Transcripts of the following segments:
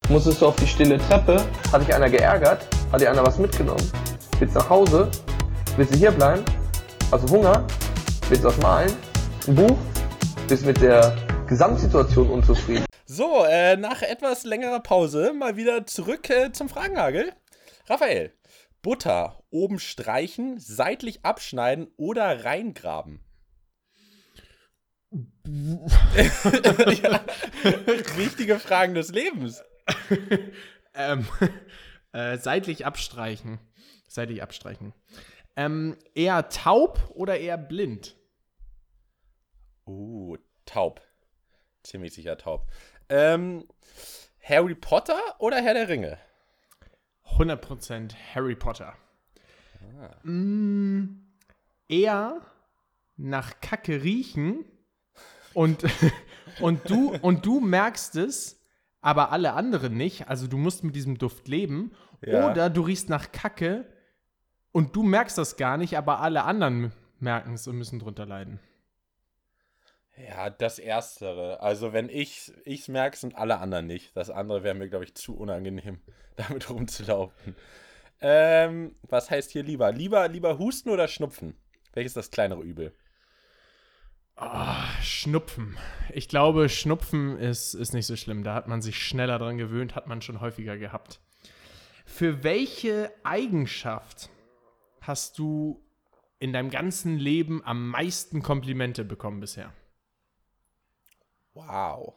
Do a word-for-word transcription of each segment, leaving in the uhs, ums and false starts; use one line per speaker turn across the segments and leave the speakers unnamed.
Musstest du auf die stille Treppe? Hat dich einer geärgert? Hat dir einer was mitgenommen? Willst du nach Hause? Willst du hier bleiben? Hast du Hunger? Willst du was malen? Ein Buch? Bist mit der Gesamtsituation unzufrieden?
So, äh, nach etwas längerer Pause mal wieder zurück äh, zum Fragenhagel. Raphael, Butter oben streichen, seitlich abschneiden oder reingraben? Ja, wichtige Fragen des Lebens.
ähm, äh, seitlich abstreichen. Seitlich abstreichen. Ähm, eher taub oder eher blind?
Uh, taub. Ziemlich sicher taub. Ähm, Harry Potter oder Herr der Ringe?
hundert Prozent Harry Potter. Ah. Mm, eher nach Kacke riechen und, und, du, und du merkst es, aber alle anderen nicht. Also du musst mit diesem Duft leben. Ja. Oder du riechst nach Kacke und du merkst das gar nicht, aber alle anderen merken es und müssen drunter leiden.
Ja, das Erstere. Also wenn ich es merke und alle anderen nicht. Das andere wäre mir, glaube ich, zu unangenehm, damit rumzulaufen. Ähm, was heißt hier lieber? Lieber, lieber Husten oder Schnupfen? Welches ist das kleinere Übel?
Oh, Schnupfen. Ich glaube, Schnupfen ist, ist nicht so schlimm. Da hat man sich schneller dran gewöhnt, hat man schon häufiger gehabt. Für welche Eigenschaft hast du in deinem ganzen Leben am meisten Komplimente bekommen bisher?
Wow.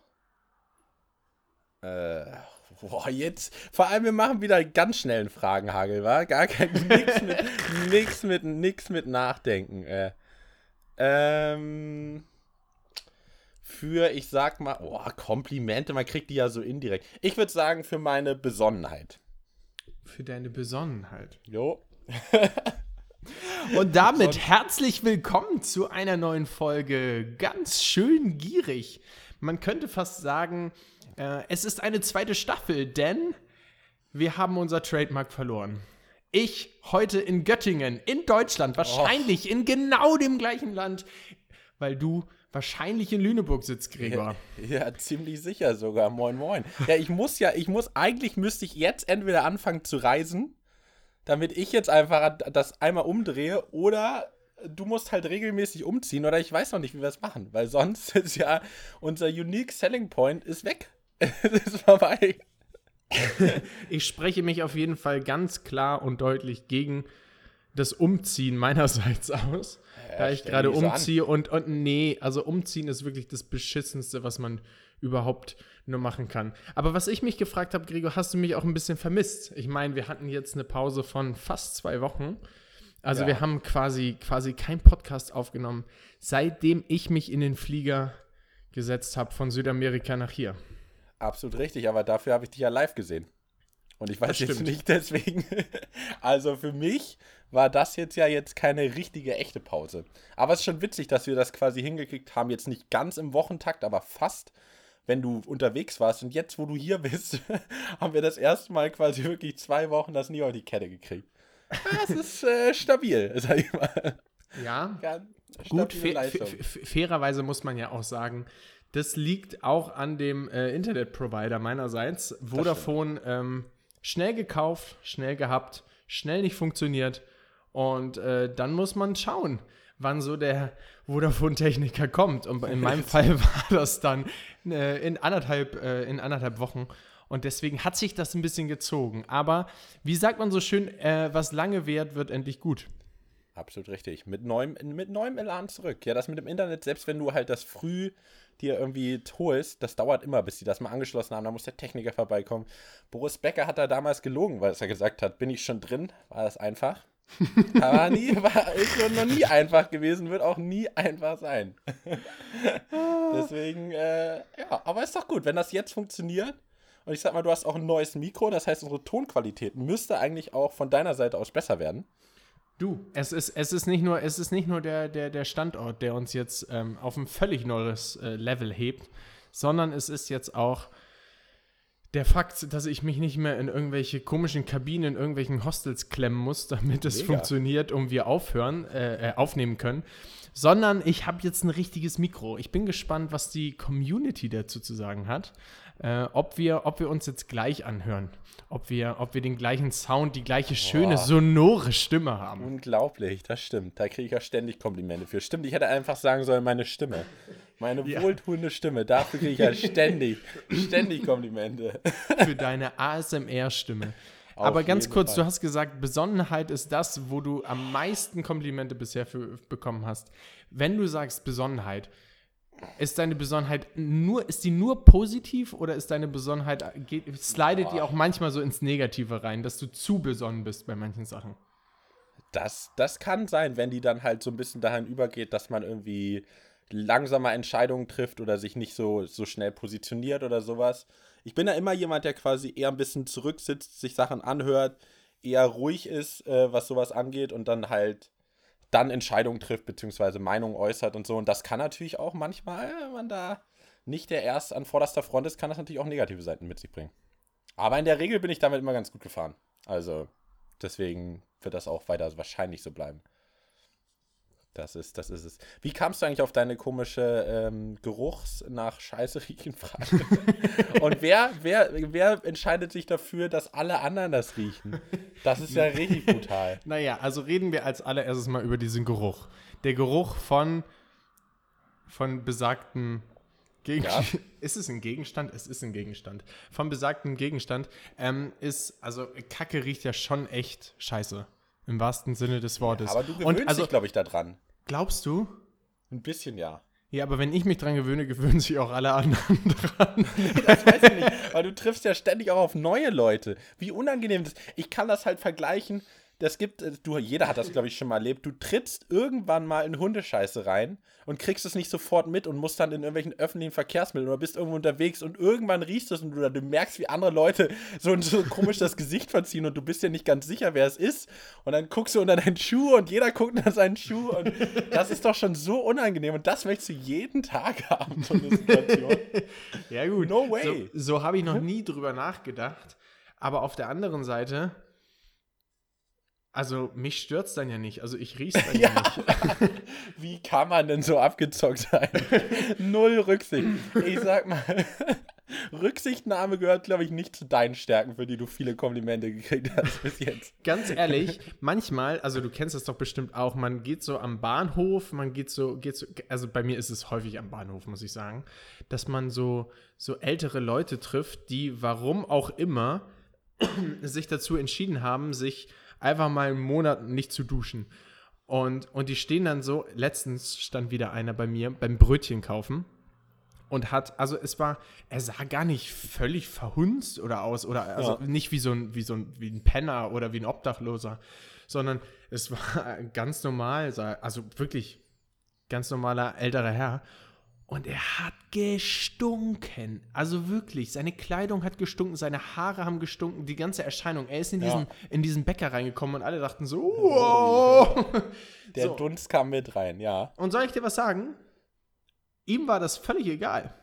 Äh, boah, jetzt, vor allem wir machen wieder ganz schnellen Fragenhagel, wa? Gar kein, nix mit, nix mit, nix mit Nachdenken, äh. Ähm, für, ich sag mal, boah, Komplimente, man kriegt die ja so indirekt. Ich würde sagen, für meine Besonnenheit.
Für deine Besonnenheit.
Jo.
Und damit herzlich willkommen zu einer neuen Folge Ganz schön gierig. Man könnte fast sagen, äh, es ist eine zweite Staffel, denn wir haben unser Trademark verloren. Ich heute in Göttingen, in Deutschland, wahrscheinlich oh. in genau dem gleichen Land, weil du wahrscheinlich in Lüneburg sitzt, Gregor.
Ja, ja, ziemlich sicher sogar. Moin, moin. Ja, ich muss ja, ich muss, eigentlich müsste ich jetzt entweder anfangen zu reisen, damit ich jetzt einfach das einmal umdrehe, oder du musst halt regelmäßig umziehen, oder ich weiß noch nicht, wie wir es machen, weil sonst ist ja unser Unique Selling Point ist weg. Es ist vorbei.
Ich spreche mich auf jeden Fall ganz klar und deutlich gegen das Umziehen meinerseits aus, ja, da ich gerade umziehe und, und nee, also umziehen ist wirklich das Beschissenste, was man überhaupt nur machen kann. Aber was ich mich gefragt habe, Gregor, hast du mich auch ein bisschen vermisst? Ich meine, wir hatten jetzt eine Pause von fast zwei Wochen. Also ja. wir haben quasi, quasi keinen Podcast aufgenommen, seitdem ich mich in den Flieger gesetzt habe von Südamerika nach hier.
Absolut richtig, aber dafür habe ich dich ja live gesehen. Und ich weiß
das
jetzt
stimmt.
nicht deswegen. Also für mich war das jetzt ja jetzt keine richtige, echte Pause. Aber es ist schon witzig, dass wir das quasi hingekriegt haben. Jetzt nicht ganz im Wochentakt, aber fast, wenn du unterwegs warst. Und jetzt, wo du hier bist, haben wir das erste Mal quasi wirklich zwei Wochen das nie auf die Kette gekriegt. Das ist äh, stabil, sag ich mal.
Ja, ja gut, fa- f- f- fairerweise muss man ja auch sagen, das liegt auch an dem äh, Internetprovider meinerseits. Vodafone ähm, schnell gekauft, schnell gehabt, schnell nicht funktioniert. Und äh, dann muss man schauen, wann so der Vodafone-Techniker kommt. Und in meinem Fall war das dann äh, in, anderthalb, äh, in anderthalb Wochen. Und deswegen hat sich das ein bisschen gezogen. Aber wie sagt man so schön, äh, was lange währt, wird endlich gut.
Absolut richtig. Mit neuem, mit neuem Elan zurück. Ja, das mit dem Internet, selbst wenn du halt das früh dir irgendwie holst, das dauert immer, bis die das mal angeschlossen haben. Da muss der Techniker vorbeikommen. Boris Becker hat da damals gelogen, weil er gesagt hat, bin ich schon drin? War das einfach? Aber nie, war, ist noch nie einfach gewesen, wird auch nie einfach sein. Deswegen, äh, ja, aber ist doch gut, wenn das jetzt funktioniert. Und ich sag mal, du hast auch ein neues Mikro, das heißt, unsere Tonqualität müsste eigentlich auch von deiner Seite aus besser werden.
Du, es ist, es ist nicht nur, es ist nicht nur der, der, der Standort, der uns jetzt ähm, auf ein völlig neues äh, Level hebt, sondern es ist jetzt auch Der Fakt, dass ich mich nicht mehr in irgendwelche komischen Kabinen, in irgendwelchen Hostels klemmen muss, damit es
Mega.
funktioniert und wir aufhören, äh, aufnehmen können, sondern ich habe jetzt ein richtiges Mikro. Ich bin gespannt, was die Community dazu zu sagen hat, äh, ob wir, ob wir uns jetzt gleich anhören, ob wir, ob wir den gleichen Sound, die gleiche schöne,
Boah.
sonore Stimme haben.
Unglaublich, das stimmt. Da kriege ich ja ständig Komplimente für. Stimmt, ich hätte einfach sagen sollen, meine Stimme. Meine
Ja.
wohltuende Stimme. Dafür kriege ich ja ständig, ständig Komplimente.
Für deine A S M R-Stimme.
Auf
Aber ganz
jeden
kurz,
Fall.
du hast gesagt, Besonnenheit ist das, wo du am meisten Komplimente bisher für bekommen hast. Wenn du sagst Besonnenheit, ist deine Besonnenheit nur, ist die nur positiv oder ist deine Besonnenheit, geht, slidet die auch manchmal so ins Negative rein, dass du zu besonnen bist bei manchen Sachen?
Das, das kann sein, wenn die dann halt so ein bisschen dahin übergeht, dass man irgendwie langsamer Entscheidungen trifft oder sich nicht so, so schnell positioniert oder sowas. Ich bin ja immer jemand, der quasi eher ein bisschen zurücksitzt, sich Sachen anhört, eher ruhig ist, äh, was sowas angeht und dann halt dann Entscheidungen trifft, beziehungsweise Meinungen äußert und so. Und das kann natürlich auch manchmal, wenn man da nicht der Erste an vorderster Front ist, kann das natürlich auch negative Seiten mit sich bringen. Aber in der Regel bin ich damit immer ganz gut gefahren. Also deswegen wird das auch weiter wahrscheinlich so bleiben. Das ist, das ist es. Wie kamst du eigentlich auf deine komische ähm, Geruchs nach Scheiße riechen Frage? Und wer, wer, wer entscheidet sich dafür, dass alle anderen das riechen? Das ist ja richtig brutal.
Naja, also reden wir als allererstes mal über diesen Geruch. Der Geruch von, von besagten Gegenstand. Ja. Ist es ein Gegenstand? Es ist ein Gegenstand. Von besagtem Gegenstand ähm, ist, also Kacke riecht ja schon echt scheiße. Im wahrsten Sinne des Wortes.
Ja, aber du gewöhnst
Und also,
dich, glaube ich, da dran.
Glaubst du?
Ein bisschen, ja.
Ja, aber wenn ich mich dran gewöhne, gewöhnen sich auch alle anderen dran.
Das weiß ich nicht. Weil du triffst ja ständig auch auf neue Leute. Wie unangenehm das ist. Ich kann das halt vergleichen. Das gibt, du, jeder hat das, glaube ich, schon mal erlebt. Du trittst irgendwann mal in Hundescheiße rein und kriegst es nicht sofort mit und musst dann in irgendwelchen öffentlichen Verkehrsmitteln oder bist irgendwo unterwegs und irgendwann riechst du es und du, du merkst, wie andere Leute so, so komisch das Gesicht verziehen und du bist dir nicht ganz sicher, wer es ist. Und dann guckst du unter deinen Schuh und jeder guckt unter seinen Schuh und das ist doch schon so unangenehm und das möchtest du jeden Tag haben, so eine Situation.
Ja gut,
no way.
So, so habe ich noch nie drüber nachgedacht. Aber auf der anderen Seite... Also, mich stört's dann ja nicht. Also, ich riech's dann ja, ja nicht.
Wie kann man denn so abgezockt sein? Null Rücksicht. Ich sag mal, Rücksichtnahme gehört, glaube ich, nicht zu deinen Stärken, für die du viele Komplimente gekriegt hast bis jetzt.
Ganz ehrlich, manchmal, also du kennst das doch bestimmt auch, man geht so am Bahnhof, man geht so, geht so, also bei mir ist es häufig am Bahnhof, muss ich sagen, dass man so, so ältere Leute trifft, die, warum auch immer, sich dazu entschieden haben, sich einfach mal einen Monat nicht zu duschen. Und, und die stehen dann so, letztens stand wieder einer bei mir beim Brötchen kaufen und hat, also es war, er sah gar nicht völlig verhunzt oder aus, oder also ja. nicht wie so ein, wie so ein, wie ein Penner oder wie ein Obdachloser, sondern es war ganz normal, also wirklich ganz normaler älterer Herr. Und er hat gestunken. Also wirklich, seine Kleidung hat gestunken, seine Haare haben gestunken, die ganze Erscheinung. Er ist in diesen, ja. in diesen Bäcker reingekommen und alle dachten so, wow.
Der
so.
Dunst kam mit rein, ja.
Und soll ich dir was sagen? Ihm war das völlig egal.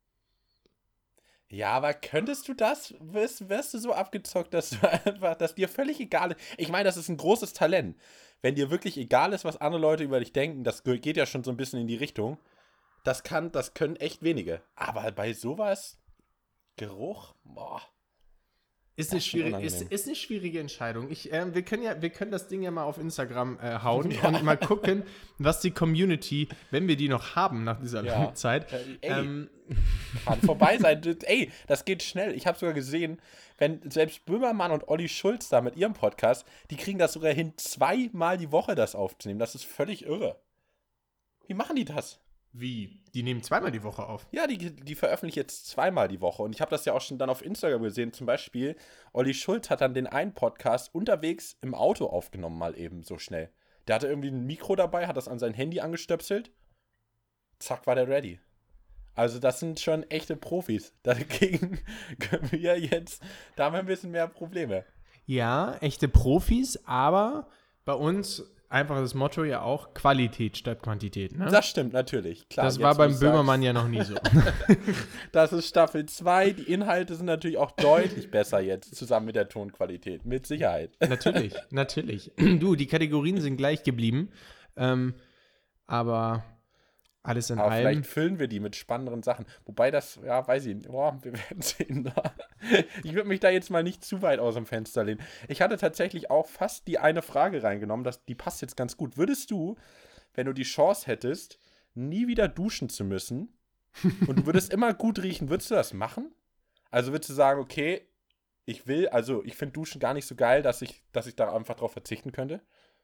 Ja, aber könntest du das? Wirst, wirst du so abgezockt, dass du einfach, dass dir völlig egal ist? Ich meine, das ist ein großes Talent. Wenn dir wirklich egal ist, was andere Leute über dich denken, das geht ja schon so ein bisschen in die Richtung. Das kann, das können echt wenige. Aber bei sowas, Geruch, boah.
Ist eine, schwierig, ist, ist eine schwierige Entscheidung. Ich, äh, wir, können ja, wir können das Ding ja mal auf Instagram äh, hauen ja. und mal gucken, was die Community, wenn wir die noch haben nach dieser ja. langen Zeit.
Ey, ähm, kann vorbei sein. Ey, das geht schnell. Ich habe sogar gesehen, wenn selbst Böhmermann und Olli Schulz da mit ihrem Podcast, die kriegen das sogar hin, zweimal die Woche das aufzunehmen. Das ist völlig irre. Wie machen die das?
Wie? Die nehmen zweimal die Woche auf?
Ja, die, die veröffentlichen jetzt zweimal die Woche. Und ich habe das ja auch schon dann auf Instagram gesehen. Zum Beispiel, Olli Schulz hat dann den einen Podcast unterwegs im Auto aufgenommen, mal eben so schnell. Der hatte irgendwie ein Mikro dabei, hat das an sein Handy angestöpselt. Zack, war der ready. Also das sind schon echte Profis. Dagegen können wir jetzt, da haben wir ein bisschen mehr Probleme.
Ja, echte Profis, aber bei uns einfach das Motto ja auch Qualität statt Quantität, ne?
Das stimmt, natürlich. Klar,
das war beim Böhmermann ja noch nie so.
Das ist Staffel zwei. Die Inhalte sind natürlich auch deutlich besser jetzt, zusammen mit der Tonqualität. Mit Sicherheit.
Natürlich, natürlich. Du, die Kategorien sind gleich geblieben. Ähm, aber alles in
aber
allem.
Vielleicht füllen wir die mit spannenderen Sachen. Wobei das, ja, weiß ich nicht. Boah, wir werden sehen. Ich würde mich da jetzt mal nicht zu weit aus dem Fenster lehnen. Ich hatte tatsächlich auch fast die eine Frage reingenommen. Das, die passt jetzt ganz gut. Würdest du, wenn du die Chance hättest, nie wieder duschen zu müssen und du würdest immer gut riechen, würdest du das machen? Also würdest du sagen, okay, ich will, also ich finde Duschen gar nicht so geil, dass ich, dass ich da einfach drauf verzichten könnte?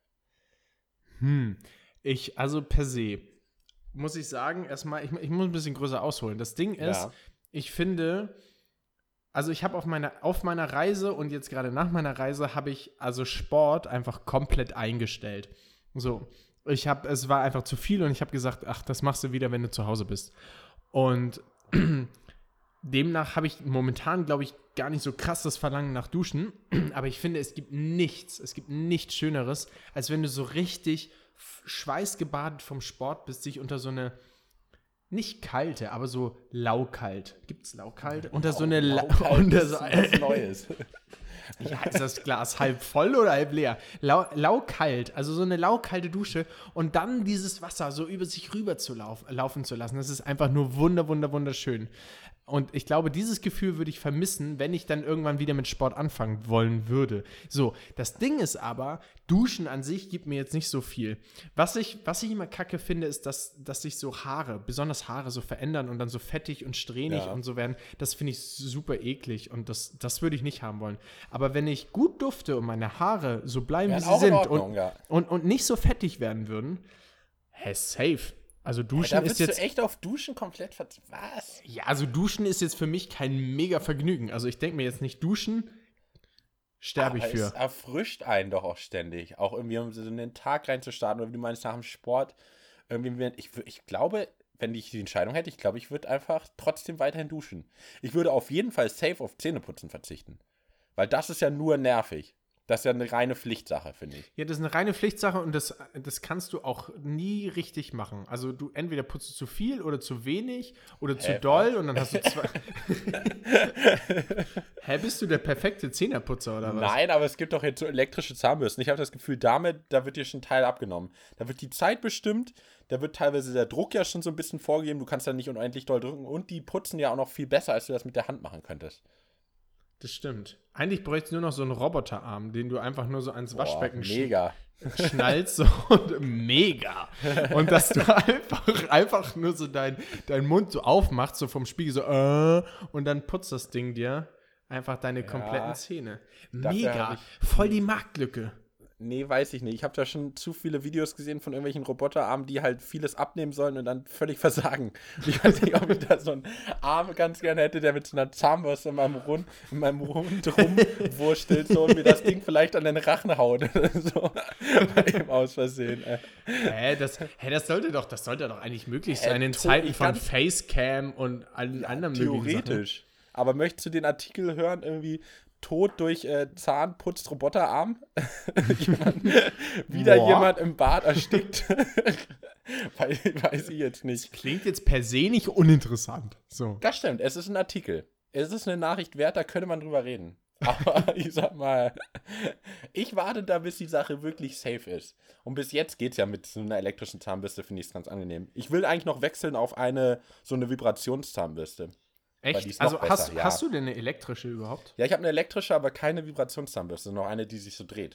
Hm, ich, also per se, muss ich sagen, erstmal, ich, ich muss ein bisschen größer ausholen. Das Ding ist, ja. ich finde, also ich habe auf meiner, auf meiner Reise und jetzt gerade nach meiner Reise habe ich also Sport einfach komplett eingestellt. So, ich habe, es war einfach zu viel und ich habe gesagt, ach, das machst du wieder, wenn du zu Hause bist. Und demnach habe ich momentan, glaube ich, gar nicht so krass das Verlangen nach Duschen, aber ich finde, es gibt nichts, es gibt nichts Schöneres, als wenn du so richtig schweißgebadet vom Sport bist, sich unter so eine, nicht kalte, aber so laukalt, gibt's laukalt? Unter so eine, La- unter so
was Neues.
Ja, ist das Glas halb voll oder halb leer? Lau, laukalt, also so eine laukalte Dusche und dann dieses Wasser so über sich rüber zu lauf, laufen zu lassen, das ist einfach nur wunder, wunder, wunderschön. Und ich glaube, dieses Gefühl würde ich vermissen, wenn ich dann irgendwann wieder mit Sport anfangen wollen würde. So, das Ding ist aber, Duschen an sich gibt mir jetzt nicht so viel. Was ich, was ich immer kacke finde, ist, dass, dass sich so Haare, besonders Haare, so verändern und dann so fettig und strähnig
ja.
und so werden. Das finde ich super eklig und das, das würde ich nicht haben wollen. Aber wenn ich gut dufte und meine Haare so bleiben, wie sie sind
Ordnung,
und,
ja.
und, und nicht so fettig werden würden, hä, safe. Also Duschen
ja, da
ist jetzt
du echt auf Duschen komplett verzichten. Was?
Ja, also Duschen ist jetzt für mich kein mega Vergnügen. Also ich denke mir jetzt nicht, Duschen sterbe ich für.
Es erfrischt einen doch auch ständig. Auch irgendwie, um so in den Tag reinzustarten. Oder wie du meinst, nach dem Sport. Irgendwie, ich, ich glaube, wenn ich die Entscheidung hätte, ich glaube, ich würde einfach trotzdem weiterhin duschen. Ich würde auf jeden Fall safe auf Zähneputzen verzichten. Weil das ist ja nur nervig. Das ist ja eine reine Pflichtsache, finde ich.
Ja, das ist eine reine Pflichtsache und das, das kannst du auch nie richtig machen. Also du entweder putzt du zu viel oder zu wenig oder zu Hä, doll und dann hast du zwei. Hä, bist du der perfekte Zähnerputzer oder was?
Nein, aber es gibt doch jetzt so elektrische Zahnbürsten. Ich habe das Gefühl, damit, da wird dir schon ein Teil abgenommen. Da wird die Zeit bestimmt, da wird teilweise der Druck ja schon so ein bisschen vorgegeben. Du kannst da nicht unendlich doll drücken und die putzen ja auch noch viel besser, als du das mit der Hand machen könntest.
Das stimmt. Eigentlich bräuchtest du nur noch so einen Roboterarm, den du einfach nur so ans Waschbecken
Boah, mega.
sch- schnallst. So und mega. Und dass du einfach, einfach nur so deinen dein Mund so aufmachst, so vom Spiegel so, äh, und dann putzt das Ding dir einfach deine
ja,
kompletten Zähne.
Dafür
Mega. Voll die Marktlücke.
Nee, weiß ich nicht. Ich habe da schon zu viele Videos gesehen von irgendwelchen Roboterarmen, die halt vieles abnehmen sollen und dann völlig versagen. Ich weiß nicht, ob ich da so einen Arm ganz gerne hätte, der mit so einer Zahnbürste in meinem Rund, in meinem Rund rumwurstelt so, und mir das Ding vielleicht an den Rachen haut oder so. Bei ihm aus Versehen.
Hä, das, hä, das sollte doch, das sollte doch eigentlich möglich sein äh, in Zeiten von Facecam und allen
ja,
anderen
theoretisch. Aber möchtest du den Artikel hören, irgendwie Tod durch äh, Zahnputz Roboterarm? jemand, wieder Boah. jemand im Bad erstickt? weiß, weiß ich jetzt nicht.
Das klingt jetzt per se nicht uninteressant. So.
Das stimmt, es ist ein Artikel. Es ist eine Nachricht wert, da könnte man drüber reden. Aber ich sag mal, ich warte da, bis die Sache wirklich safe ist. Und bis jetzt geht's ja mit so einer elektrischen Zahnbürste, finde ich es ganz angenehm. Ich will eigentlich noch wechseln auf eine, so eine Vibrationszahnbürste.
Echt? Also besser, hast, ja. hast du denn eine elektrische überhaupt?
Ja, ich habe eine elektrische, aber keine Vibrationszahnbürste, noch eine, die sich so dreht.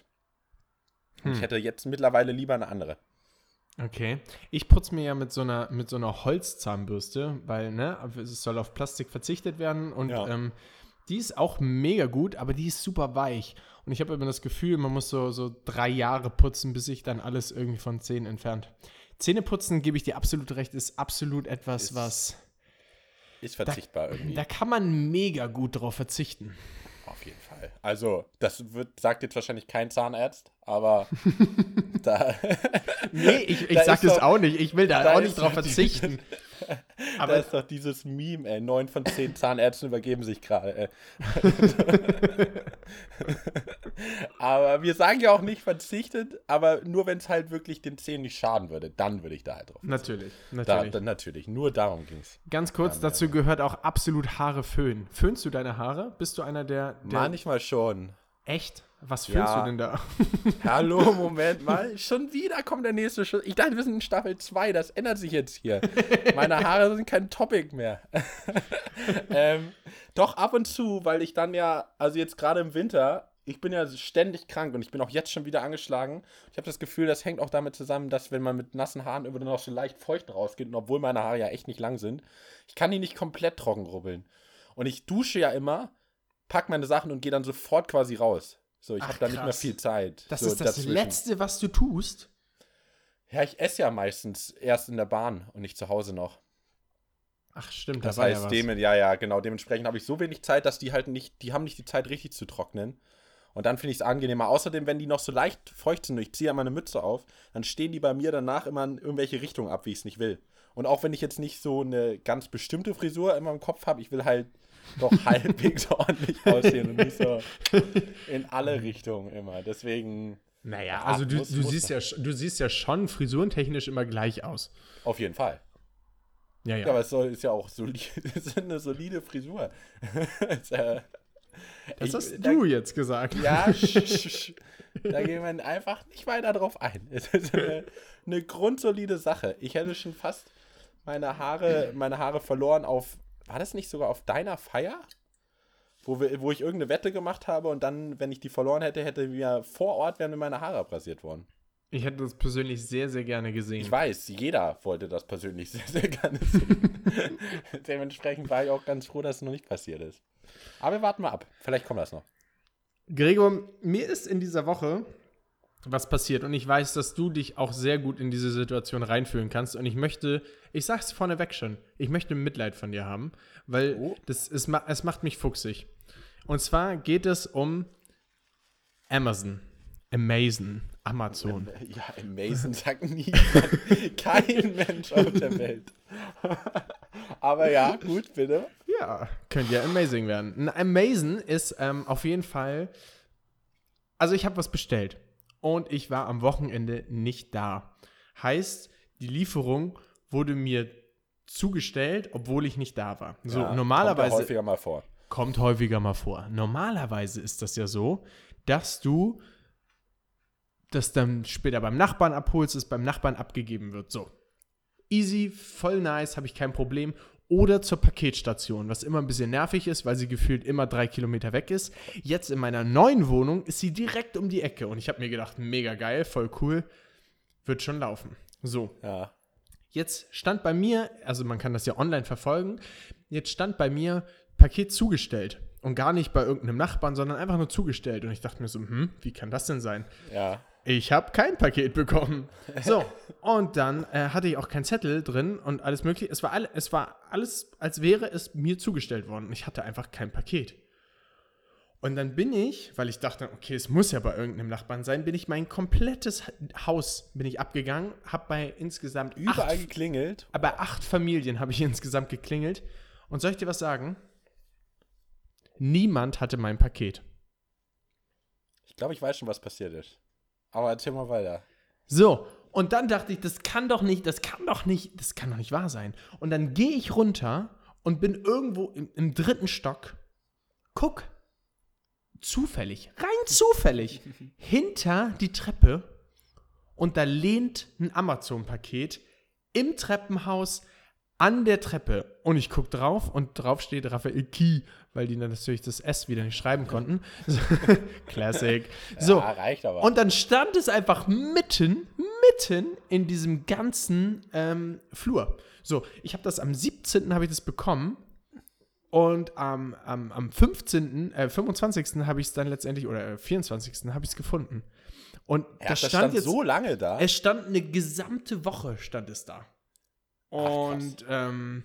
Hm. Ich hätte jetzt mittlerweile lieber eine andere.
Okay. Ich putze mir ja mit so einer, mit so einer Holzzahnbürste, weil, ne, es soll auf Plastik verzichtet werden und ja. ähm, die ist auch mega gut, aber die ist super weich. Und ich habe immer das Gefühl, man muss so, so drei Jahre putzen, bis sich dann alles irgendwie von Zähnen entfernt. Zähneputzen, gebe ich dir absolut recht, ist absolut etwas, ist was...
Ist verzichtbar
da,
irgendwie.
Da kann man mega gut drauf verzichten.
Auf jeden Fall. Also, das wird, sagt jetzt wahrscheinlich kein Zahnarzt, aber da...
Nee, ich, ich sag das auch nicht. Ich will da, da auch nicht drauf verzichten.
Aber da ist doch dieses Meme, ey. Neun von zehn Zahnärzten übergeben sich gerade, ey. Aber Ja, wir sagen ja auch nicht verzichtet, aber nur wenn es halt wirklich den Zähnen nicht schaden würde, dann würde ich da halt drauf.
Natürlich, natürlich.
Da, da, natürlich, nur darum ging es.
Ganz kurz, dann, dazu ja. gehört auch absolut Haare föhnen. Föhnst du deine Haare? Bist du einer der... der
Manchmal schon.
Echt? Was föhnst ja. du denn da?
Hallo, Moment mal. Schon wieder kommt der nächste Schuss. Ich dachte, wir sind in Staffel zwei. Das ändert sich jetzt hier. Meine Haare sind kein Topic mehr. ähm, doch ab und zu, weil ich dann ja, also jetzt gerade im Winter, ich bin ja ständig krank und ich bin auch jetzt schon wieder angeschlagen. Ich habe das Gefühl, das hängt auch damit zusammen, dass wenn man mit nassen Haaren immer noch so leicht feucht rausgeht, und obwohl meine Haare ja echt nicht lang sind, ich kann die nicht komplett trocken rubbeln. Und ich dusche ja immer, pack meine Sachen und gehe dann sofort quasi raus. So, ich habe da nicht mehr viel Zeit.
Das
so
ist das dazwischen. Letzte, was du tust?
Ja, ich esse ja meistens erst in der Bahn und nicht zu Hause noch.
Ach, stimmt.
Das
da
heißt,
ja,
dem, ja, ja, genau. Dementsprechend habe ich so wenig Zeit, dass die halt nicht, die haben nicht die Zeit, richtig zu trocknen. Und dann finde ich es angenehmer. Außerdem, wenn die noch so leicht feucht sind und ich ziehe ja meine Mütze auf, dann stehen die bei mir danach immer in irgendwelche Richtungen ab, wie ich es nicht will. Und auch wenn ich jetzt nicht so eine ganz bestimmte Frisur in meinem Kopf habe, ich will halt doch halbwegs ordentlich aussehen und nicht so in alle Richtungen immer. Deswegen.
Naja, ja, also du, muss, du, muss siehst ja, du siehst ja schon frisurentechnisch immer gleich aus.
Auf jeden Fall.
Ja, ja.
Ja, aber es soll, ist ja auch solide, ist eine solide Frisur. es, äh,
das
ich,
hast
da,
du jetzt gesagt.
Ja, sch, sch, sch, da gehen wir einfach nicht weiter drauf ein. Es ist eine, eine grundsolide Sache. Ich hätte schon fast meine Haare, meine Haare verloren auf. War das nicht sogar auf deiner Feier? Wo, wir, wo ich irgendeine Wette gemacht habe und dann, wenn ich die verloren hätte, hätte mir vor Ort wären mir meine Haare abrasiert worden.
Ich hätte das persönlich sehr, sehr gerne gesehen.
Ich weiß, jeder wollte das persönlich sehr, sehr gerne sehen. Dementsprechend war ich auch ganz froh, dass es noch nicht passiert ist. Aber wir warten mal ab. Vielleicht kommt das noch.
Gregor, mir ist in dieser Woche was passiert und ich weiß, dass du dich auch sehr gut in diese Situation reinfühlen kannst und ich möchte, ich sag's vorneweg schon, ich möchte Mitleid von dir haben, weil oh. das ist, es macht mich fuchsig. Und zwar geht es um Amazon, Amazon, Amazon.
Ja, Amazon sagt niemand, kein Mensch auf der Welt. Aber ja, gut, bitte.
Ja, könnte ja amazing werden. Ein Amazon ist ähm, auf jeden Fall, also ich habe was bestellt. Und ich war am Wochenende nicht da. Heißt, die Lieferung wurde mir zugestellt, obwohl ich nicht da war. So,
ja,
normalerweise.
Kommt ja häufiger mal vor.
Kommt häufiger mal vor. Normalerweise ist das ja so, dass du das dann später beim Nachbarn abholst, es beim Nachbarn abgegeben wird. So. Easy, voll nice, habe ich kein Problem. Oder zur Paketstation, was immer ein bisschen nervig ist, weil sie gefühlt immer drei Kilometer weg ist. Jetzt in meiner neuen Wohnung ist sie direkt um die Ecke. Und ich habe mir gedacht, mega geil, voll cool, wird schon laufen. So.
Ja.
Jetzt stand bei mir, also man kann das ja online verfolgen, jetzt stand bei mir Paket zugestellt. Und gar nicht bei irgendeinem Nachbarn, sondern einfach nur zugestellt. Und ich dachte mir so, hm, wie kann das denn sein?
Ja.
Ich habe kein Paket bekommen. So, und dann äh, hatte ich auch keinen Zettel drin und alles mögliche. Es war, all, es war alles, als wäre es mir zugestellt worden. Ich hatte einfach kein Paket. Und dann bin ich, weil ich dachte, okay, es muss ja bei irgendeinem Nachbarn sein, bin ich mein komplettes Haus bin ich abgegangen, habe bei insgesamt
überall
acht,
geklingelt.
Bei acht Familien habe ich insgesamt geklingelt. Und soll ich dir was sagen? Niemand hatte mein Paket.
Ich glaube, ich weiß schon, was passiert ist. Aber erzähl mal weiter.
So, und dann dachte ich, das kann doch nicht, das kann doch nicht, das kann doch nicht wahr sein. Und dann gehe ich runter und bin irgendwo im, im dritten Stock. Guck, zufällig, rein zufällig, hinter die Treppe und da lehnt ein Amazon-Paket im Treppenhaus an der Treppe. Und ich gucke drauf und drauf steht Raphael Key, weil die dann natürlich das S wieder nicht schreiben konnten. Classic. So.
Ja, reicht aber.
Und dann stand es einfach mitten, mitten in diesem ganzen ähm, Flur. So, ich habe das am siebzehnten habe ich das bekommen und ähm, am, am fünfzehnten, äh, fünfundzwanzigsten habe ich es dann letztendlich, oder äh, vierundzwanzigsten habe ich es gefunden. Und
ja,
das,
das
stand,
stand
jetzt
so lange da.
Es stand eine gesamte Woche, stand es da. Und Ach, krass. Ähm,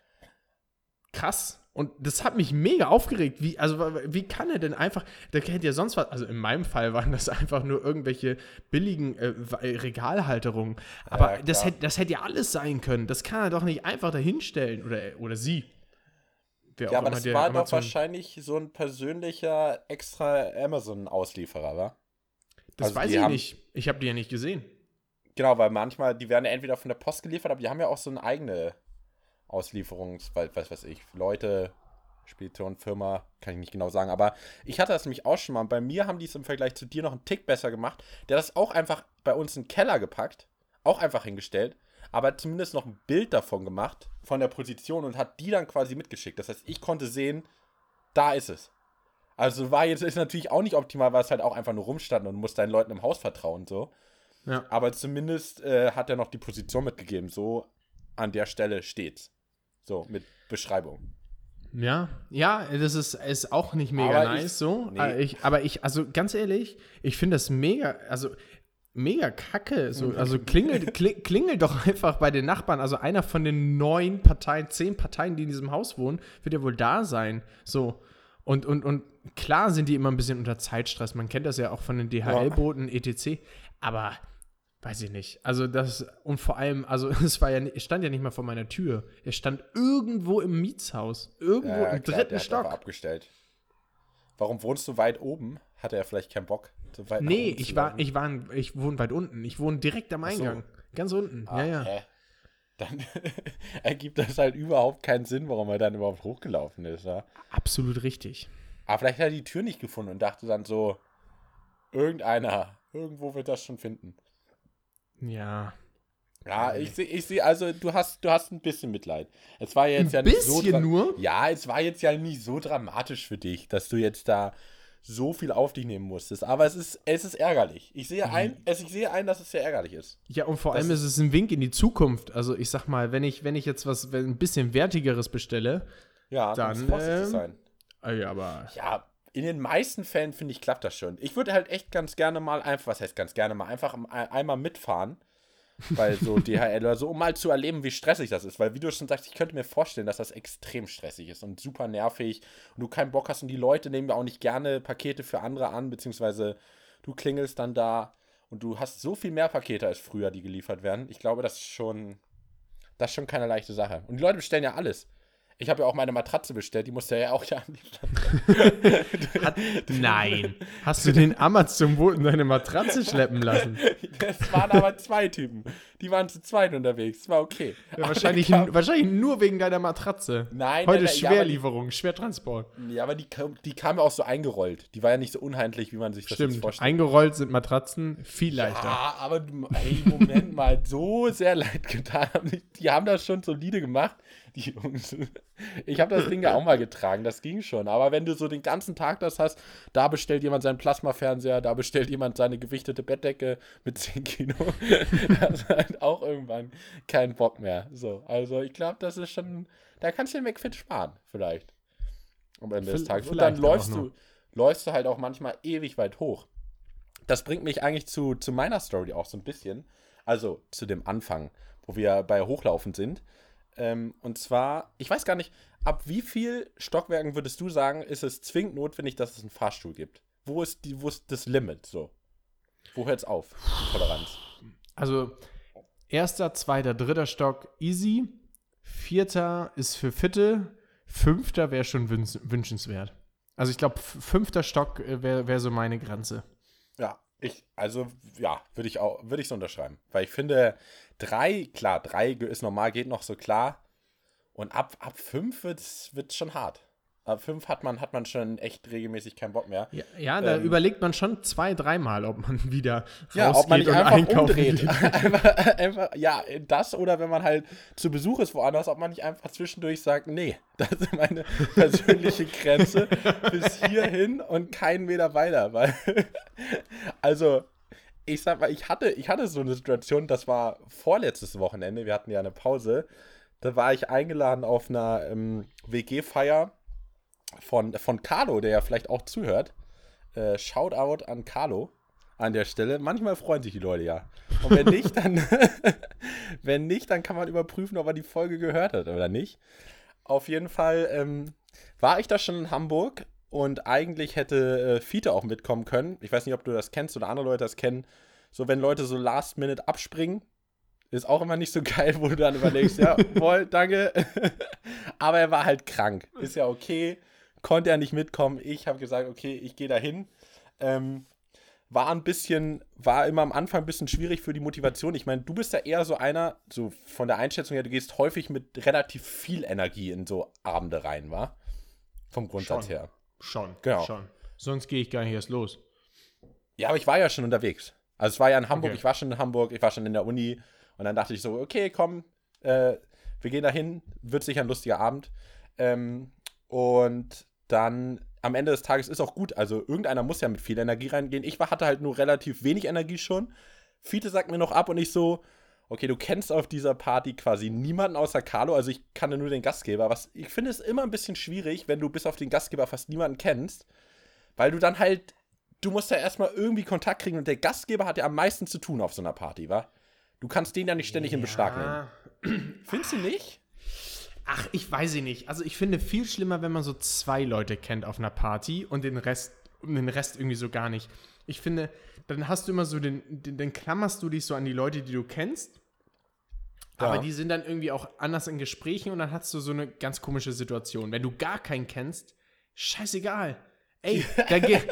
krass. Und das hat mich mega aufgeregt. Wie, also, wie kann er denn einfach, der kennt ja sonst was, also in meinem Fall waren das einfach nur irgendwelche billigen äh, Regalhalterungen. Aber ja, das, hätte, das hätte ja alles sein können. Das kann er doch nicht einfach dahinstellen. Oder, oder sie.
Wer ja, aber das war Amazon doch wahrscheinlich so ein persönlicher extra Amazon-Auslieferer, wa?
Das
Also
weiß
die
ich
haben-
nicht. Ich habe die ja nicht gesehen.
Genau, weil manchmal, die werden ja entweder von der Post geliefert, aber die haben ja auch so eine eigene Auslieferungs-, weil- was weiß ich, Leute, Spedition, Firma, kann ich nicht genau sagen, aber ich hatte das nämlich auch schon mal. Und bei mir haben die es im Vergleich zu dir noch einen Tick besser gemacht. Der hat das auch einfach bei uns in den Keller gepackt, auch einfach hingestellt, aber zumindest noch ein Bild davon gemacht, von der Position und hat die dann quasi mitgeschickt. Das heißt, ich konnte sehen, da ist es. Also war jetzt ist natürlich auch nicht optimal, weil es halt auch einfach nur rumstand und muss deinen Leuten im Haus vertrauen, so.
Ja.
Aber zumindest äh, hat er noch die Position mitgegeben, so an der Stelle steht's. So, mit Beschreibung.
Ja, ja, das ist, ist auch nicht mega
Aber
nice
ich-
so.
nee.
Aber ich, aber ich, also ganz ehrlich, ich finde das mega, also mega kacke. So, also klingel, kling, klingel doch einfach bei den Nachbarn. Also einer von den neun Parteien, zehn Parteien, die in diesem Haus wohnen, wird ja wohl da sein. So. Und, und, und klar sind die immer ein bisschen unter Zeitstress. Man kennt das ja auch von den D H L-Boten, et cetera. Aber weiß ich nicht. Also das, und vor allem, also es war ja, es stand ja nicht mal vor meiner Tür. Er stand irgendwo im Mietshaus. Irgendwo
Ja,
im
klar,
dritten
der hat
Stock.
einfach abgestellt. Warum wohnst du weit oben? Hatte er vielleicht keinen Bock, so weit nach
Nee,
oben zu
ich war,
laufen?
ich war, ich wohne weit unten. Ich wohne direkt am
Ach so.
Eingang. Ganz unten.
Ah,
ja, ja.
hä? Dann ergibt das halt überhaupt keinen Sinn, warum er dann überhaupt hochgelaufen ist. Ja?
Absolut richtig.
Aber vielleicht hat er die Tür nicht gefunden und dachte dann so, irgendeiner, irgendwo wird das schon finden.
Ja.
Ja, ich sehe, ich sehe, also du hast, du hast ein bisschen Mitleid. Es war jetzt
Ein
ja nicht so
bisschen
dra-
nur?
Ja, es war jetzt ja nicht so dramatisch für dich, dass du jetzt da so viel auf dich nehmen musstest. Aber es ist, es ist ärgerlich. Ich sehe ein, es, ich sehe ein, dass es sehr ärgerlich ist.
Ja, und vor
Das
allem ist es ein Wink in die Zukunft. Also ich sag mal, wenn ich, wenn ich jetzt was wenn ein bisschen Wertigeres bestelle,
Ja,
Dann,
muss vorsichtig
ähm,
sein.
äh, aber
Ja, in den meisten Fällen, finde ich, klappt das schon. Ich würde halt echt ganz gerne mal einfach, was heißt ganz gerne mal, einfach am- einmal mitfahren. Bei so D H L oder so, um mal zu erleben, wie stressig das ist. Weil, wie du schon sagst, ich könnte mir vorstellen, dass das extrem stressig ist und super nervig und du keinen Bock hast und die Leute nehmen ja auch nicht gerne Pakete für andere an, beziehungsweise du klingelst dann da und du hast so viel mehr Pakete als früher, die geliefert werden. Ich glaube, das ist schon, das ist schon keine leichte Sache. Und die Leute bestellen ja alles. Ich habe ja auch meine Matratze bestellt, die musste ja auch ja anliefern.
Hat, nein. Hast du den Amazon-Boten deine Matratze schleppen lassen?
Das waren aber zwei Typen. Die waren zu zweit unterwegs. Das war okay.
Ja,
Aber
wahrscheinlich,
der kam-
wahrscheinlich nur wegen deiner Matratze.
Nein,
Heute
nein, nein, ja, aber die-
Schwerlieferung, Schwertransport.
Ja, aber die kam, die kam ja auch so eingerollt. Die war ja nicht so unhandlich, wie man sich das jetzt
Stimmt.
vorstellt.
Eingerollt sind Matratzen viel leichter.
Ja, aber du- ey, Moment mal, so sehr leid getan haben die, die haben das schon solide gemacht. Die Jungs. Ich habe das Ding ja auch mal getragen, das ging schon. Aber wenn du so den ganzen Tag das hast, da bestellt jemand seinen Plasmafernseher, da bestellt jemand seine gewichtete Bettdecke mit zehn Kilo, da hast du halt auch irgendwann keinen Bock mehr. So, also ich glaube, das ist schon, da kannst du den McFit sparen, vielleicht. Am Ende des
Vil-
Tages. Und dann
vielleicht auch
läufst
noch.
du, läufst du halt auch manchmal ewig weit hoch. Das bringt mich eigentlich zu, zu meiner Story auch so ein bisschen. Also zu dem Anfang, wo wir bei Hochlaufen sind. Ähm, und zwar, ich weiß gar nicht, ab wie viel Stockwerken würdest du sagen, ist es zwingend notwendig, dass es einen Fahrstuhl gibt? Wo ist, die, wo ist das Limit so? Wo hört es auf, die Toleranz?
Also erster, zweiter, dritter Stock easy. Vierter ist für Fitte. Fünfter wäre schon wünsch wünschenswert. Also ich glaube, fünfter Stock wäre wär so meine Grenze.
Ja, ich, also, ja, würde ich auch, würde ich so unterschreiben. Weil ich finde, drei, klar, drei ist normal, geht noch so klar. Und ab, ab fünf wird es schon hart. Ab fünf hat man, hat man schon echt regelmäßig keinen Bock mehr.
Ja, ja da
Ähm,
überlegt man schon zwei, dreimal, ob man wieder
Ja, ob man
rausgeht
nicht
und
einfach
einkaufen
umdreht.
geht.
einfach, einfach, ja, das oder wenn man halt zu Besuch ist woanders, ob man nicht einfach zwischendurch sagt, nee, das ist meine persönliche Grenze bis hierhin und keinen Meter weiter. Weil, also, ich sag mal, ich hatte, ich hatte so eine Situation, das war vorletztes Wochenende, wir hatten ja eine Pause, da war ich eingeladen auf einer ähm, W G-Feier von, von Carlo, der ja vielleicht auch zuhört. Äh, Shoutout an Carlo an der Stelle. Manchmal freuen sich die Leute ja. Und wenn nicht, dann wenn nicht, dann kann man überprüfen, ob er die Folge gehört hat oder nicht. Auf jeden Fall ähm, war ich da schon in Hamburg und eigentlich hätte äh, Fiete auch mitkommen können. Ich weiß nicht, ob du das kennst oder andere Leute das kennen. So, wenn Leute so last minute abspringen, ist auch immer nicht so geil, wo du dann überlegst, ja, wohl, danke. Aber er war halt krank. Ist ja okay. Konnte er nicht mitkommen. Ich habe gesagt, okay, ich gehe da hin. Ähm, war ein bisschen, war immer am Anfang ein bisschen schwierig für die Motivation. Ich meine, du bist ja eher so einer, so von der Einschätzung her, du gehst häufig mit relativ viel Energie in so Abende rein, wa? Vom Grundsatz
schon.
her.
Schon,
genau.
schon. Sonst gehe ich gar nicht erst los.
Ja, aber ich war ja schon unterwegs. Also es war ja in Hamburg,
Okay.
ich war schon in Hamburg, ich war schon in der Uni und dann dachte ich so, okay, komm, äh, wir gehen da hin, wird sicher ein lustiger Abend. Ähm, und dann am Ende des Tages ist auch gut, also irgendeiner muss ja mit viel Energie reingehen. Ich war, hatte halt nur relativ wenig Energie schon. Fiete sagt mir noch ab und ich so, okay, du kennst auf dieser Party quasi niemanden außer Carlo, also ich kannte nur den Gastgeber. Was ich finde, es immer ein bisschen schwierig, wenn du bis auf den Gastgeber fast niemanden kennst, weil du dann halt, du musst ja erstmal irgendwie Kontakt kriegen und der Gastgeber hat ja am meisten zu tun auf so einer Party, wa? Du kannst den ja nicht ständig in Beschlag nehmen. Findest du nicht?
Ach, ich weiß es nicht. Also ich finde viel schlimmer, wenn man so zwei Leute kennt auf einer Party und den Rest, und den Rest irgendwie so gar nicht. Ich finde, dann hast du immer so den, den, dann klammerst du dich so an die Leute, die du kennst.
Ja.
Aber die sind dann irgendwie auch anders in Gesprächen und dann hast du so eine ganz komische Situation. Wenn du gar keinen kennst, scheißegal. Ey, da geht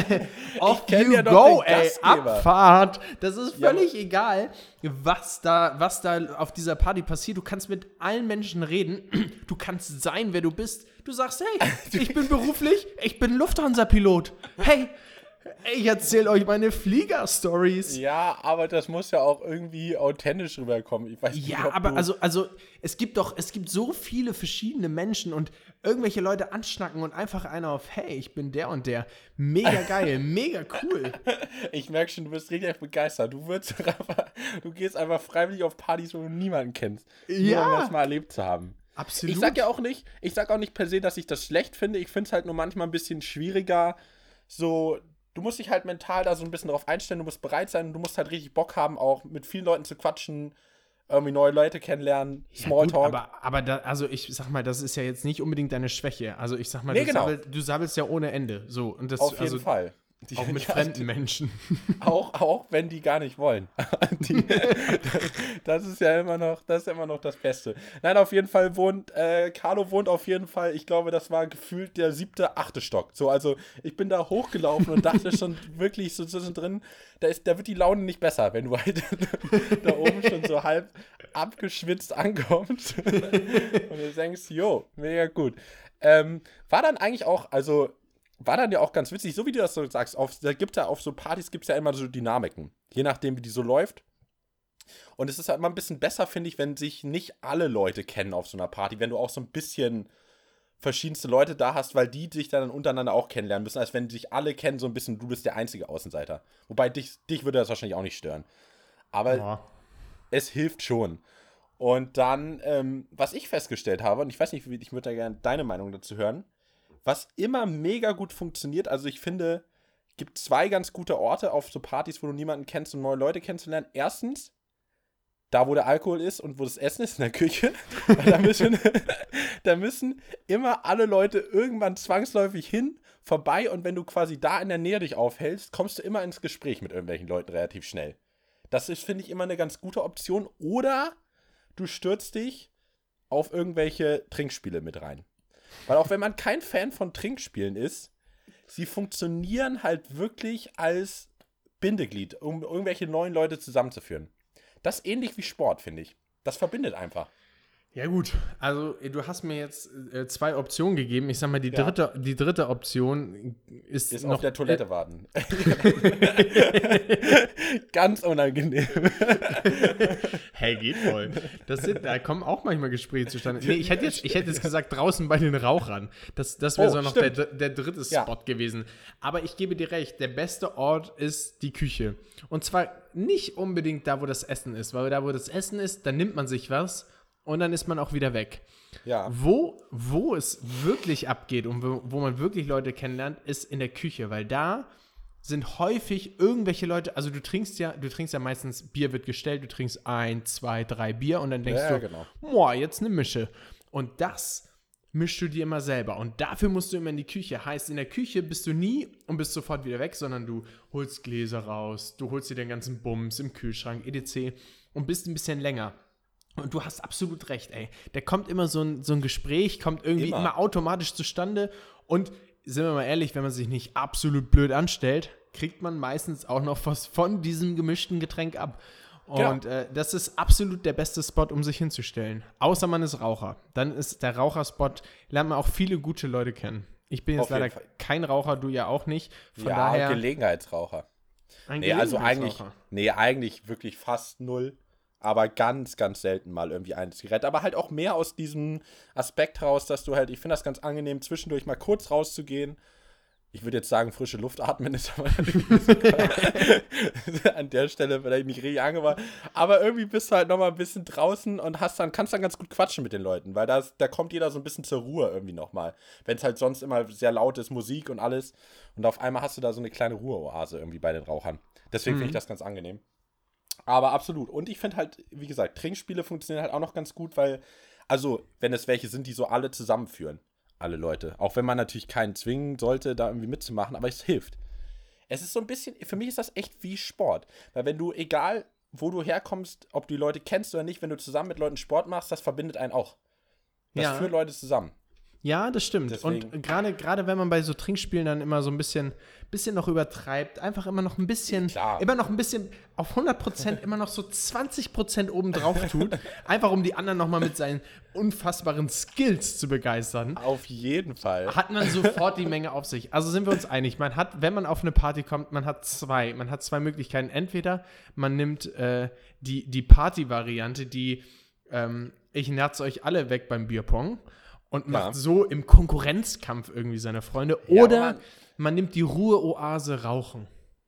off
kenn
you
ja doch
go,
den
ey,
Gastgeber.
Abfahrt. Das ist
Ja,
völlig egal, was da, was da auf dieser Party passiert. Du kannst mit allen Menschen reden. Du kannst sein, wer du bist. Du sagst, hey, ich bin beruflich, ich bin Lufthansa-Pilot. Hey, ich erzähle euch meine Flieger-Stories.
Ja, aber das muss ja auch irgendwie authentisch rüberkommen. Ich weiß nicht,
Ja,
ob
aber
du
also, also es gibt doch, es gibt so viele verschiedene Menschen und irgendwelche Leute anschnacken und einfach einer auf, hey, ich bin der und der. Mega geil, mega cool.
Ich merke schon, du bist richtig begeistert. Du würdest einfach, du gehst einfach freiwillig auf Partys, wo du niemanden kennst.
Ja.
Nur um das mal erlebt zu haben.
Absolut.
Ich sag ja auch nicht, ich sag auch nicht per se, dass ich das schlecht finde. Ich finde es halt nur manchmal ein bisschen schwieriger. So, du musst dich halt mental da so ein bisschen drauf einstellen, du musst bereit sein, du musst halt richtig Bock haben, auch mit vielen Leuten zu quatschen, irgendwie neue Leute kennenlernen, Smalltalk.
Ja, gut, aber aber da, also ich sag mal, das ist ja jetzt nicht unbedingt deine Schwäche. Also ich sag mal,
Nee,
du,
genau.
sabbel, du sabbelst ja ohne Ende. So, und das,
Auf jeden
also,
Fall. Die,
Auch mit
ja,
fremden Menschen.
Auch, auch wenn die gar nicht wollen. die, das ist ja immer noch, das ist ja immer noch das Beste. Nein, auf jeden Fall wohnt, äh, Carlo wohnt auf jeden Fall, ich glaube, das war gefühlt der siebte, achte Stock. So, also ich bin da hochgelaufen und dachte schon wirklich so zwischendrin, da, ist, da wird die Laune nicht besser, wenn du halt da oben schon so halb abgeschwitzt ankommst und du denkst, jo, mega gut. Ähm, war dann eigentlich auch, also war dann ja auch ganz witzig, so wie du das so sagst, auf, da gibt ja auf so Partys gibt es ja immer so Dynamiken, je nachdem, wie die so läuft. Und es ist halt immer ein bisschen besser, finde ich, wenn sich nicht alle Leute kennen auf so einer Party, wenn du auch so ein bisschen verschiedenste Leute da hast, weil die sich dann untereinander auch kennenlernen müssen, als wenn sich alle kennen, so ein bisschen, du bist der einzige Außenseiter. Wobei dich, dich würde das wahrscheinlich auch nicht stören. Aber
Ja.
es hilft schon. Und dann, ähm, was ich festgestellt habe, und ich weiß nicht, ich würde da gerne deine Meinung dazu hören, was immer mega gut funktioniert, also ich finde, es gibt zwei ganz gute Orte auf so Partys, wo du niemanden kennst, um neue Leute kennenzulernen. Erstens, da wo der Alkohol ist und wo das Essen ist, in der Küche. da, müssen, da müssen immer alle Leute irgendwann zwangsläufig hin, vorbei, und wenn du quasi da in der Nähe dich aufhältst, kommst du immer ins Gespräch mit irgendwelchen Leuten relativ schnell. Das ist, finde ich, immer eine ganz gute Option. Oder du stürzt dich auf irgendwelche Trinkspiele mit rein. Weil auch wenn man kein Fan von Trinkspielen ist, sie funktionieren halt wirklich als Bindeglied, um irgendwelche neuen Leute zusammenzuführen. Das ist ähnlich wie Sport, finde ich. Das verbindet einfach.
Ja gut, also du hast mir jetzt äh, zwei Optionen gegeben. Ich sag mal, die,
Ja.
dritte, die dritte Option ist,
Ist
noch
auf der Toilette warten. Ganz unangenehm.
Hey, geht voll. Das sind, da kommen auch manchmal Gespräche zustande. Nee, ich hätte jetzt, ich hätte jetzt gesagt, draußen bei den Rauchern. Das, das wäre
Oh,
so noch der,
stimmt.
der dritte
Ja.
Spot gewesen. Aber ich gebe dir recht, der beste Ort ist die Küche. Und zwar nicht unbedingt da, wo das Essen ist. Weil da, wo das Essen ist, dann nimmt man sich was und dann ist man auch wieder weg.
Ja.
Wo, wo es wirklich abgeht und wo, wo man wirklich Leute kennenlernt, ist in der Küche, weil da sind häufig irgendwelche Leute, also du trinkst ja, du trinkst ja meistens, Bier wird gestellt, du trinkst ein, zwei, drei Bier und dann denkst
Ja,
du,
genau.
boah, jetzt eine Mische. Und das mischst du dir immer selber. Und dafür musst du immer in die Küche. Heißt, in der Küche bist du nie und bist sofort wieder weg, sondern du holst Gläser raus, du holst dir den ganzen Bums im Kühlschrank, et cetera und bist ein bisschen länger. Und du hast absolut recht, ey. Da kommt immer so ein, so ein Gespräch, kommt irgendwie immer.
Immer.
immer automatisch zustande. Und sind wir mal ehrlich, wenn man sich nicht absolut blöd anstellt, kriegt man meistens auch noch was von diesem gemischten Getränk ab. Und
Genau.
äh, das ist absolut der beste Spot, um sich hinzustellen. Außer man ist Raucher. Dann ist der Raucherspot, lernt man auch viele gute Leute kennen. Ich bin jetzt
Auf jeden
leider
Fall.
kein Raucher, du ja auch nicht. Von
ja,
daher
Gelegenheitsraucher.
ein
Nee, also eigentlich,
Gelegenheitsraucher.
nee, eigentlich wirklich fast null. Aber ganz, ganz selten mal irgendwie eine Zigarette. Aber halt auch mehr aus diesem Aspekt raus, dass du halt, ich finde das ganz angenehm, zwischendurch mal kurz rauszugehen. Ich würde jetzt sagen, frische Luft atmen ist aber an der Stelle vielleicht nicht richtig angebracht. Aber irgendwie bist du halt nochmal ein bisschen draußen und hast dann, kannst dann ganz gut quatschen mit den Leuten, weil das, da kommt jeder so ein bisschen zur Ruhe irgendwie nochmal. Wenn es halt sonst immer sehr laut ist, Musik und alles. Und auf einmal hast du da so eine kleine Ruheoase irgendwie bei den Rauchern. Deswegen
Mhm.
finde ich das ganz angenehm. Aber absolut. Und ich finde halt, wie gesagt, Trinkspiele funktionieren halt auch noch ganz gut, weil, also, wenn es welche sind, die so alle zusammenführen. Alle Leute. Auch wenn man natürlich keinen zwingen sollte, da irgendwie mitzumachen, aber es hilft. Es ist so ein bisschen, für mich ist das echt wie Sport. Weil wenn du, egal wo du herkommst, ob du die Leute kennst oder nicht, wenn du zusammen mit Leuten Sport machst, das verbindet einen auch. Das
Ja.
führt Leute zusammen.
Ja, das stimmt.
Deswegen-
Und gerade gerade wenn man bei so Trinkspielen dann immer so ein bisschen, bisschen noch übertreibt, einfach immer noch ein bisschen,
Klar.
immer noch ein bisschen auf hundert Prozent immer noch so zwanzig Prozent oben drauf tut, einfach um die anderen nochmal mit seinen unfassbaren Skills zu begeistern,
Auf jeden Fall.
hat man sofort die Menge auf sich. Also sind wir uns einig, man hat, wenn man auf eine Party kommt, man hat zwei, man hat zwei Möglichkeiten. Entweder man nimmt äh, die, die Party-Variante, die ähm, ich nerz euch alle weg beim Bierpong und macht
Ja.
so im Konkurrenzkampf irgendwie seine Freunde.
Ja,
Oder
aber man-
man nimmt die Ruheoase Rauchen.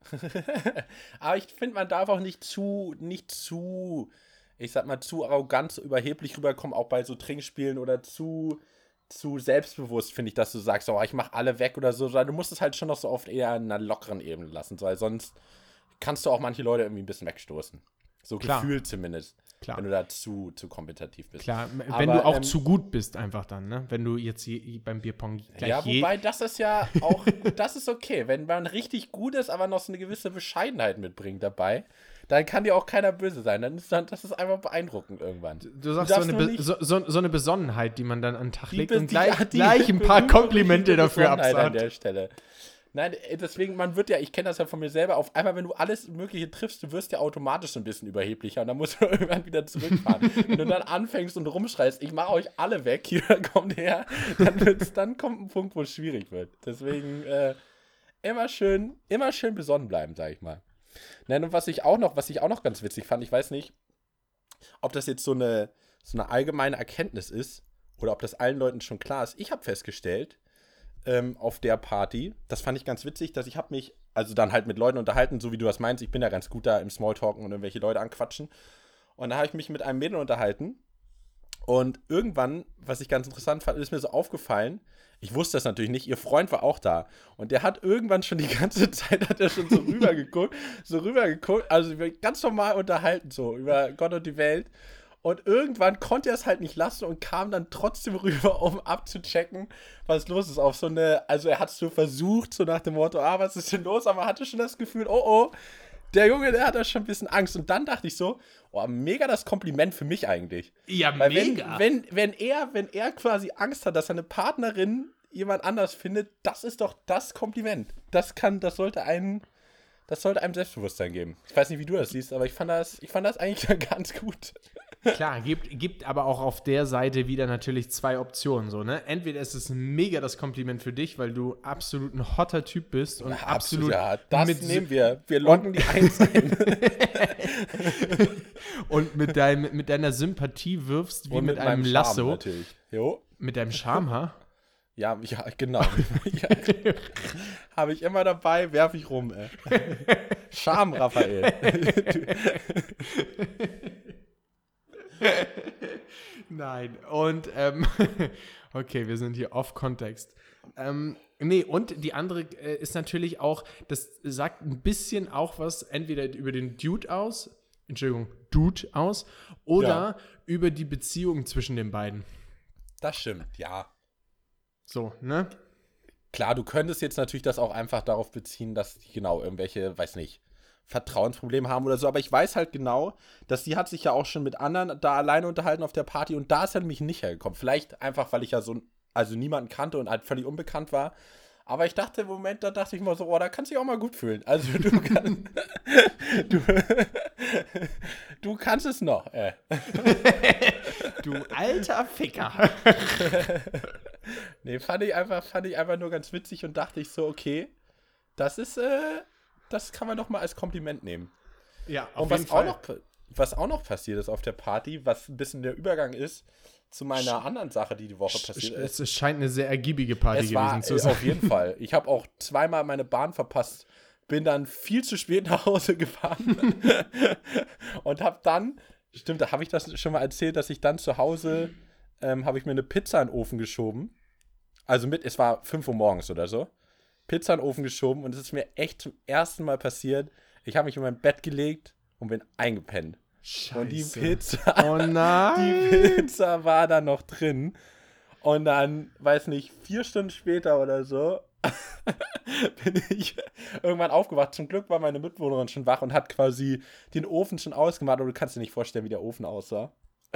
Aber ich finde, man darf auch nicht zu, nicht zu, ich sag mal, zu arrogant, so überheblich rüberkommen, auch bei so Trinkspielen oder zu, zu selbstbewusst, finde ich, dass du sagst, oh, ich mach alle weg oder so. Sondern du musst es halt schon noch so oft eher in einer lockeren Ebene lassen, weil sonst kannst du auch manche Leute irgendwie ein bisschen wegstoßen. So
Klar.
gefühlt zumindest.
Klar.
Wenn du da zu, zu kompetitiv bist.
Klar, m- wenn
Aber,
du auch
ähm,
zu gut bist einfach dann, ne? Wenn du jetzt je, beim Bierpong gleich
Ja,
je...
wobei das ist ja auch, das ist okay. Wenn man richtig gut ist, aber noch so eine gewisse Bescheidenheit mitbringt dabei, dann kann dir auch keiner böse sein. Dann ist dann, das ist einfach beeindruckend irgendwann.
Du sagst so
darfst
eine,
nur
Be
nicht-
so, so, so eine Besonnenheit, die man dann an den Tag
Die
legt
be-
und
die-
gleich,
die
gleich ein paar
berühmte
Komplimente dafür
Besonnenheit an
absagt.
der Stelle. Nein, deswegen, man wird ja, ich kenne das ja von mir selber, auf einmal, wenn du alles Mögliche triffst, du wirst ja automatisch so ein bisschen überheblicher und dann musst du irgendwann wieder zurückfahren. Wenn du dann anfängst und rumschreist, ich mache euch alle weg, hier kommt her, dann, wird's, dann kommt ein Punkt, wo es schwierig wird. Deswegen äh, immer schön, immer schön besonnen bleiben, sag ich mal. Nein, und was ich auch noch, was ich auch noch ganz witzig fand, ich weiß nicht, ob das jetzt so eine, so eine allgemeine Erkenntnis ist oder ob das allen Leuten schon klar ist. Ich habe festgestellt, ähm, auf der Party, das fand ich ganz witzig, dass ich habe mich, also dann halt mit Leuten unterhalten, so wie du das meinst, ich bin ja ganz gut da im Smalltalken und irgendwelche Leute anquatschen. Und da habe ich mich mit einem Mädel unterhalten und irgendwann, was ich ganz interessant fand, ist mir so aufgefallen, ich wusste das natürlich nicht, ihr Freund war auch da und der hat irgendwann schon die ganze Zeit, hat er schon so rübergeguckt, so rübergeguckt, also wir ganz normal unterhalten, so über Gott und die Welt. Und irgendwann konnte er es halt nicht lassen und kam dann trotzdem rüber, um abzuchecken, was los ist. Auf so eine, also er hat es so versucht, so nach dem Motto, ah, was ist denn los? Aber hatte schon das Gefühl, oh, oh, der Junge, der hat da schon ein bisschen Angst. Und dann dachte ich so, oh, mega das Kompliment für mich eigentlich.
Ja,
Weil
mega.
wenn, wenn, wenn er, wenn er quasi Angst hat, dass seine Partnerin jemand anders findet, das ist doch das Kompliment. Das kann, das sollte einen, das sollte einem Selbstbewusstsein geben. Ich weiß nicht, wie du das siehst, aber ich fand das, ich fand das eigentlich ganz gut.
Klar, gibt, gibt aber auch auf der Seite wieder natürlich zwei Optionen. So, ne? Entweder ist es mega das Kompliment für dich, weil du absolut ein hotter Typ bist und absolut.
Ja, das
mit,
nehmen wir. Wir loggen die Eins ein.
und mit, deinem, mit deiner Sympathie wirfst wie
Und
mit,
mit
einem
meinem
Lasso.
Charme natürlich. Jo.
Mit deinem Charme, ha?
Ja, ja, genau. ja. Habe ich immer dabei, werfe ich rum. Ey. Charme, Raphael.
Nein, und, ähm, okay, wir sind hier off Kontext. Ähm, nee, und die andere äh, ist natürlich auch, das sagt ein bisschen auch was, entweder über den Dude aus, Entschuldigung, Dude aus, oder
Ja.
über die Beziehung zwischen den beiden.
Das stimmt, ja.
So, ne?
Klar, du könntest jetzt natürlich das auch einfach darauf beziehen, dass die genau irgendwelche, weiß nicht, Vertrauensprobleme haben oder so, aber ich weiß halt genau, dass sie hat sich ja auch schon mit anderen da alleine unterhalten auf der Party und da ist er nämlich nicht hergekommen. Vielleicht einfach, weil ich ja so, also niemanden kannte und halt völlig unbekannt war, Aber ich dachte im Moment, da dachte ich mal so, oh, da kannst du dich auch mal gut fühlen. Also du kannst, du, du kannst es noch. Äh.
Du alter Ficker.
Nee, fand ich, einfach, fand ich einfach nur ganz witzig und dachte ich so, okay, das ist, äh, das kann man doch mal als Kompliment nehmen.
Ja, auf
und was
jeden
auch
Fall.
noch, was auch noch passiert ist auf der Party, was ein bisschen der Übergang ist zu meiner anderen Sache, die die Woche passiert ist.
Es scheint eine sehr ergiebige Party
Es
gewesen
war
zu
äh,
sein.
auf jeden Fall. Ich habe auch zweimal meine Bahn verpasst. Bin dann viel zu spät nach Hause gefahren und habe dann, stimmt, da habe ich das schon mal erzählt, dass ich dann zu Hause, ähm, habe ich mir eine Pizza in den Ofen geschoben. Also mit, es war fünf Uhr morgens oder so. Pizza in den Ofen geschoben und es ist mir echt zum ersten Mal passiert. Ich habe mich in mein Bett gelegt und bin eingepennt.
Scheiße.
Und die Pizza,
Oh nein.
die Pizza war da noch drin. Und dann, weiß nicht, vier Stunden später oder so, bin ich irgendwann aufgewacht. Zum Glück war meine Mitbewohnerin schon wach und hat quasi den Ofen schon ausgemacht. Und du kannst dir nicht vorstellen, wie der Ofen aussah.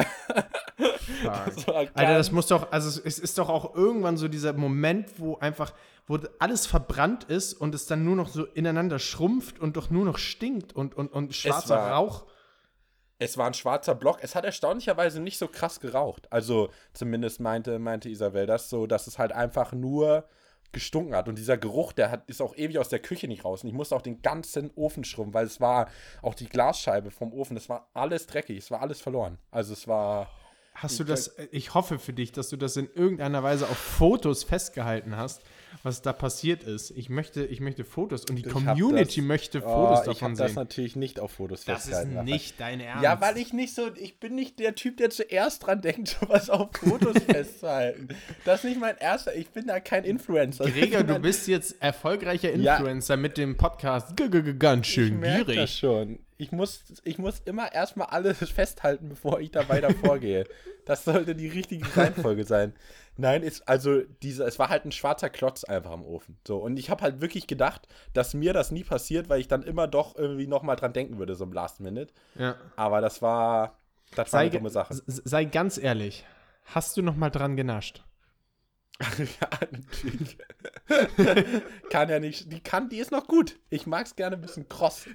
Das Alter, das muss doch, also es ist doch auch irgendwann so dieser Moment, wo einfach, wo alles verbrannt ist und es dann nur noch so ineinander schrumpft und doch nur noch stinkt und, und, und schwarzer
war,
Rauch.
Es war ein schwarzer Block. Es hat erstaunlicherweise nicht so krass geraucht. Also zumindest meinte, meinte Isabel das so, dass es halt einfach nur gestunken hat. Und dieser Geruch, der hat, ist auch ewig aus der Küche nicht raus. Und ich musste auch den ganzen Ofen schrubben, weil es war auch die Glasscheibe vom Ofen, das war alles dreckig, es war alles verloren. Also es war...
Hast du das, ich hoffe für dich, dass du das in irgendeiner Weise auf Fotos festgehalten hast, was da passiert ist. Ich möchte, ich möchte Fotos und die
Ich
Community
das,
möchte
oh,
Fotos
ich
davon
hab
sehen.
Das natürlich nicht auf Fotos
Das ist
festgehalten.
nicht dein Ernst.
Ja, weil ich nicht so, ich bin nicht der Typ, der zuerst dran denkt, sowas auf Fotos festzuhalten. Das ist nicht mein erster, ich bin da kein Influencer.
Gregor, du bist jetzt erfolgreicher Influencer ja. mit dem Podcast. G -g -g Ganz schön
ich merk
gierig.
Das schon. Ich muss, ich muss immer erstmal alles festhalten, bevor ich da weiter vorgehe. Das sollte die richtige Reihenfolge sein. Nein, ist, also diese, es war halt ein schwarzer Klotz einfach am Ofen. So, und ich habe halt wirklich gedacht, dass mir das nie passiert, weil ich dann immer doch irgendwie nochmal dran denken würde, so im Last Minute.
Ja.
Aber das war, das
sei,
war eine dumme Sache.
Sei ganz ehrlich, hast du nochmal dran genascht?
Ja, natürlich. Kann ja nicht, die kann, die ist noch gut. Ich mag es gerne ein bisschen kross.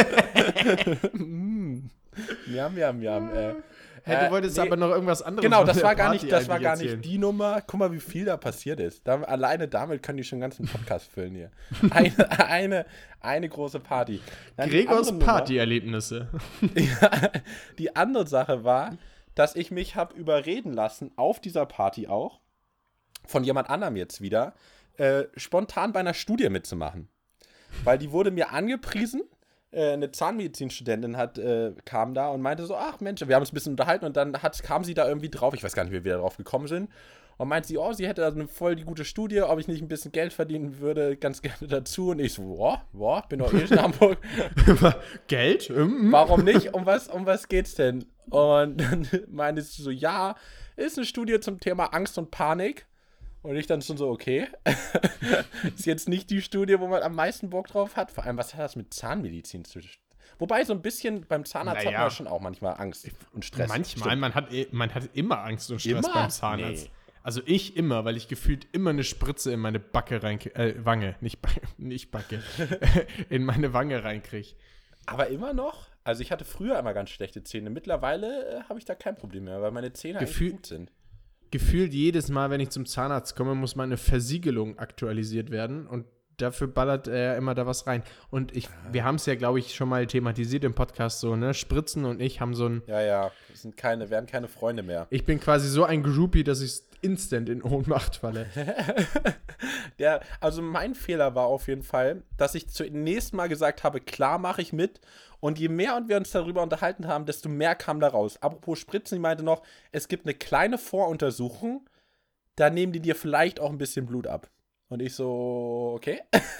mm. Miam, miam, miam, äh.
Hey, du wolltest
äh, nee.
aber noch irgendwas anderes.
Genau, das war gar
Party
nicht, das war gar
erzählen.
nicht die Nummer. Guck mal, wie viel da passiert ist. Da, alleine damit können die schon einen ganzen Podcast füllen hier. Eine, eine, eine große Party. Dann
Gregors Partyerlebnisse.
Ja, die andere Sache war, dass ich mich habe überreden lassen, auf dieser Party auch, von jemand anderem jetzt wieder, äh, spontan bei einer Studie mitzumachen. Weil die wurde mir angepriesen. Eine Zahnmedizinstudentin hat, äh, kam da und meinte so, ach Mensch, wir haben uns ein bisschen unterhalten und dann hat, kam sie da irgendwie drauf, ich weiß gar nicht, wie wir da drauf gekommen sind, und meinte sie, oh, sie hätte eine voll die gute Studie, ob ich nicht ein bisschen Geld verdienen würde, ganz gerne dazu. Und ich so, boah, boah, bin doch eh in Hamburg.
Geld? Mm-hmm.
Warum nicht? Um was, um was geht's denn? Und dann meinte sie so, ja, ist eine Studie zum Thema Angst und Panik. Und ich dann schon so, okay, ist jetzt nicht die Studie, wo man am meisten Bock drauf hat. Vor allem, was hat das mit Zahnmedizin zu tun? Wobei, so ein bisschen beim Zahnarzt naja. hat man schon auch manchmal Angst und Stress.
Manchmal, man hat, man hat immer Angst und Stress
immer?
beim Zahnarzt.
Nee.
Also ich immer, weil ich gefühlt immer eine Spritze in meine Backe reinkriege, äh, Wange, nicht, ba nicht Backe, in meine Wange reinkriege.
Aber immer noch? Also ich hatte früher immer ganz schlechte Zähne. Mittlerweile äh, habe ich da kein Problem mehr, weil meine Zähne
Gefühl
eigentlich gut sind.
Gefühlt jedes Mal, wenn ich zum Zahnarzt komme, muss meine Versiegelung aktualisiert werden und dafür ballert er immer da was rein. Und ich, wir haben es ja, glaube ich, schon mal thematisiert im Podcast so, ne? Spritzen und ich haben so ein...
Ja, ja, wir sind keine, werden keine Freunde mehr.
Ich bin quasi so ein Groupie, dass ich instant in Ohnmacht falle.
Der, also mein Fehler war auf jeden Fall, dass ich zunächst mal gesagt habe, klar mache ich mit. Und je mehr und wir uns darüber unterhalten haben, desto mehr kam da raus. Apropos Spritzen, ich meinte noch, es gibt eine kleine Voruntersuchung, da nehmen die dir vielleicht auch ein bisschen Blut ab. Und ich so, okay.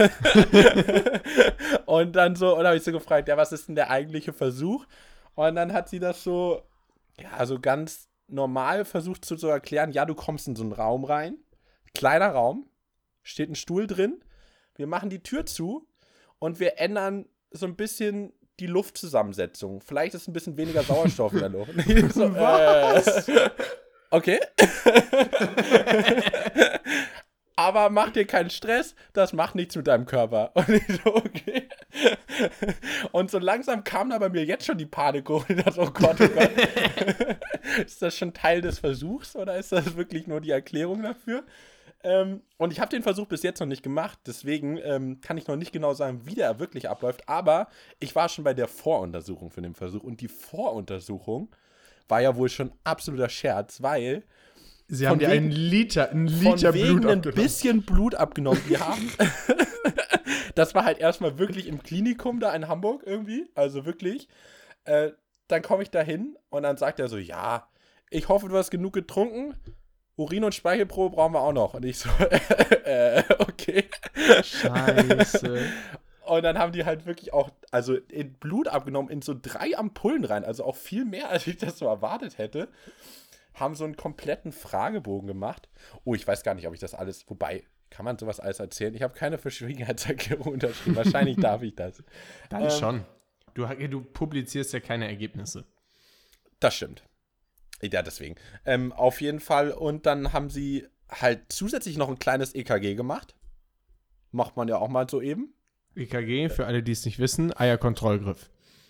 Und dann so, und habe ich so gefragt, ja, was ist denn der eigentliche Versuch? Und dann hat sie das so, ja, so ganz normal versucht zu so erklären, ja, du kommst in so einen Raum rein, kleiner Raum, steht ein Stuhl drin, wir machen die Tür zu und wir ändern so ein bisschen die Luftzusammensetzung. Vielleicht ist ein bisschen weniger Sauerstoff in der Luft. So,
was?
Äh, okay. aber mach dir keinen Stress, das macht nichts mit deinem Körper. Und ich so, okay. Und so langsam kam da bei mir jetzt schon die Panik hoch. Ich dachte, oh Gott, oh Gott. Ist das schon Teil des Versuchs oder ist das wirklich nur die Erklärung dafür? Ähm, und ich habe den Versuch bis jetzt noch nicht gemacht, deswegen ähm, kann ich noch nicht genau sagen, wie der wirklich abläuft. Aber ich war schon bei der Voruntersuchung für den Versuch. Und die Voruntersuchung war ja wohl schon absoluter Scherz, weil
Sie haben dir einen Liter, einen Liter
von wegen
Blut
ein
abgenommen.
bisschen Blut abgenommen. Die haben. Das war halt erstmal wirklich im Klinikum da in Hamburg irgendwie. Also wirklich. Äh, dann komme ich da hin und dann sagt er so: Ja, ich hoffe, du hast genug getrunken. Urin- und Speichelprobe brauchen wir auch noch. Und ich so: äh, okay.
Scheiße.
Und dann haben die halt wirklich auch, also in Blut abgenommen, in so drei Ampullen rein. Also auch viel mehr, als ich das so erwartet hätte. Haben so einen kompletten Fragebogen gemacht. Oh, ich weiß gar nicht, ob ich das alles, wobei, kann man sowas alles erzählen? Ich habe keine Verschwiegenheitserklärung unterschrieben. Wahrscheinlich darf ich das.
Dann
ähm,
schon. Du, du publizierst ja keine Ergebnisse.
Das stimmt. Ja, deswegen. Ähm, auf jeden Fall. Und dann haben sie halt zusätzlich noch ein kleines E K G gemacht. Macht man ja auch mal so eben.
E K G, für alle, die es nicht wissen, Eierkontrollgriff.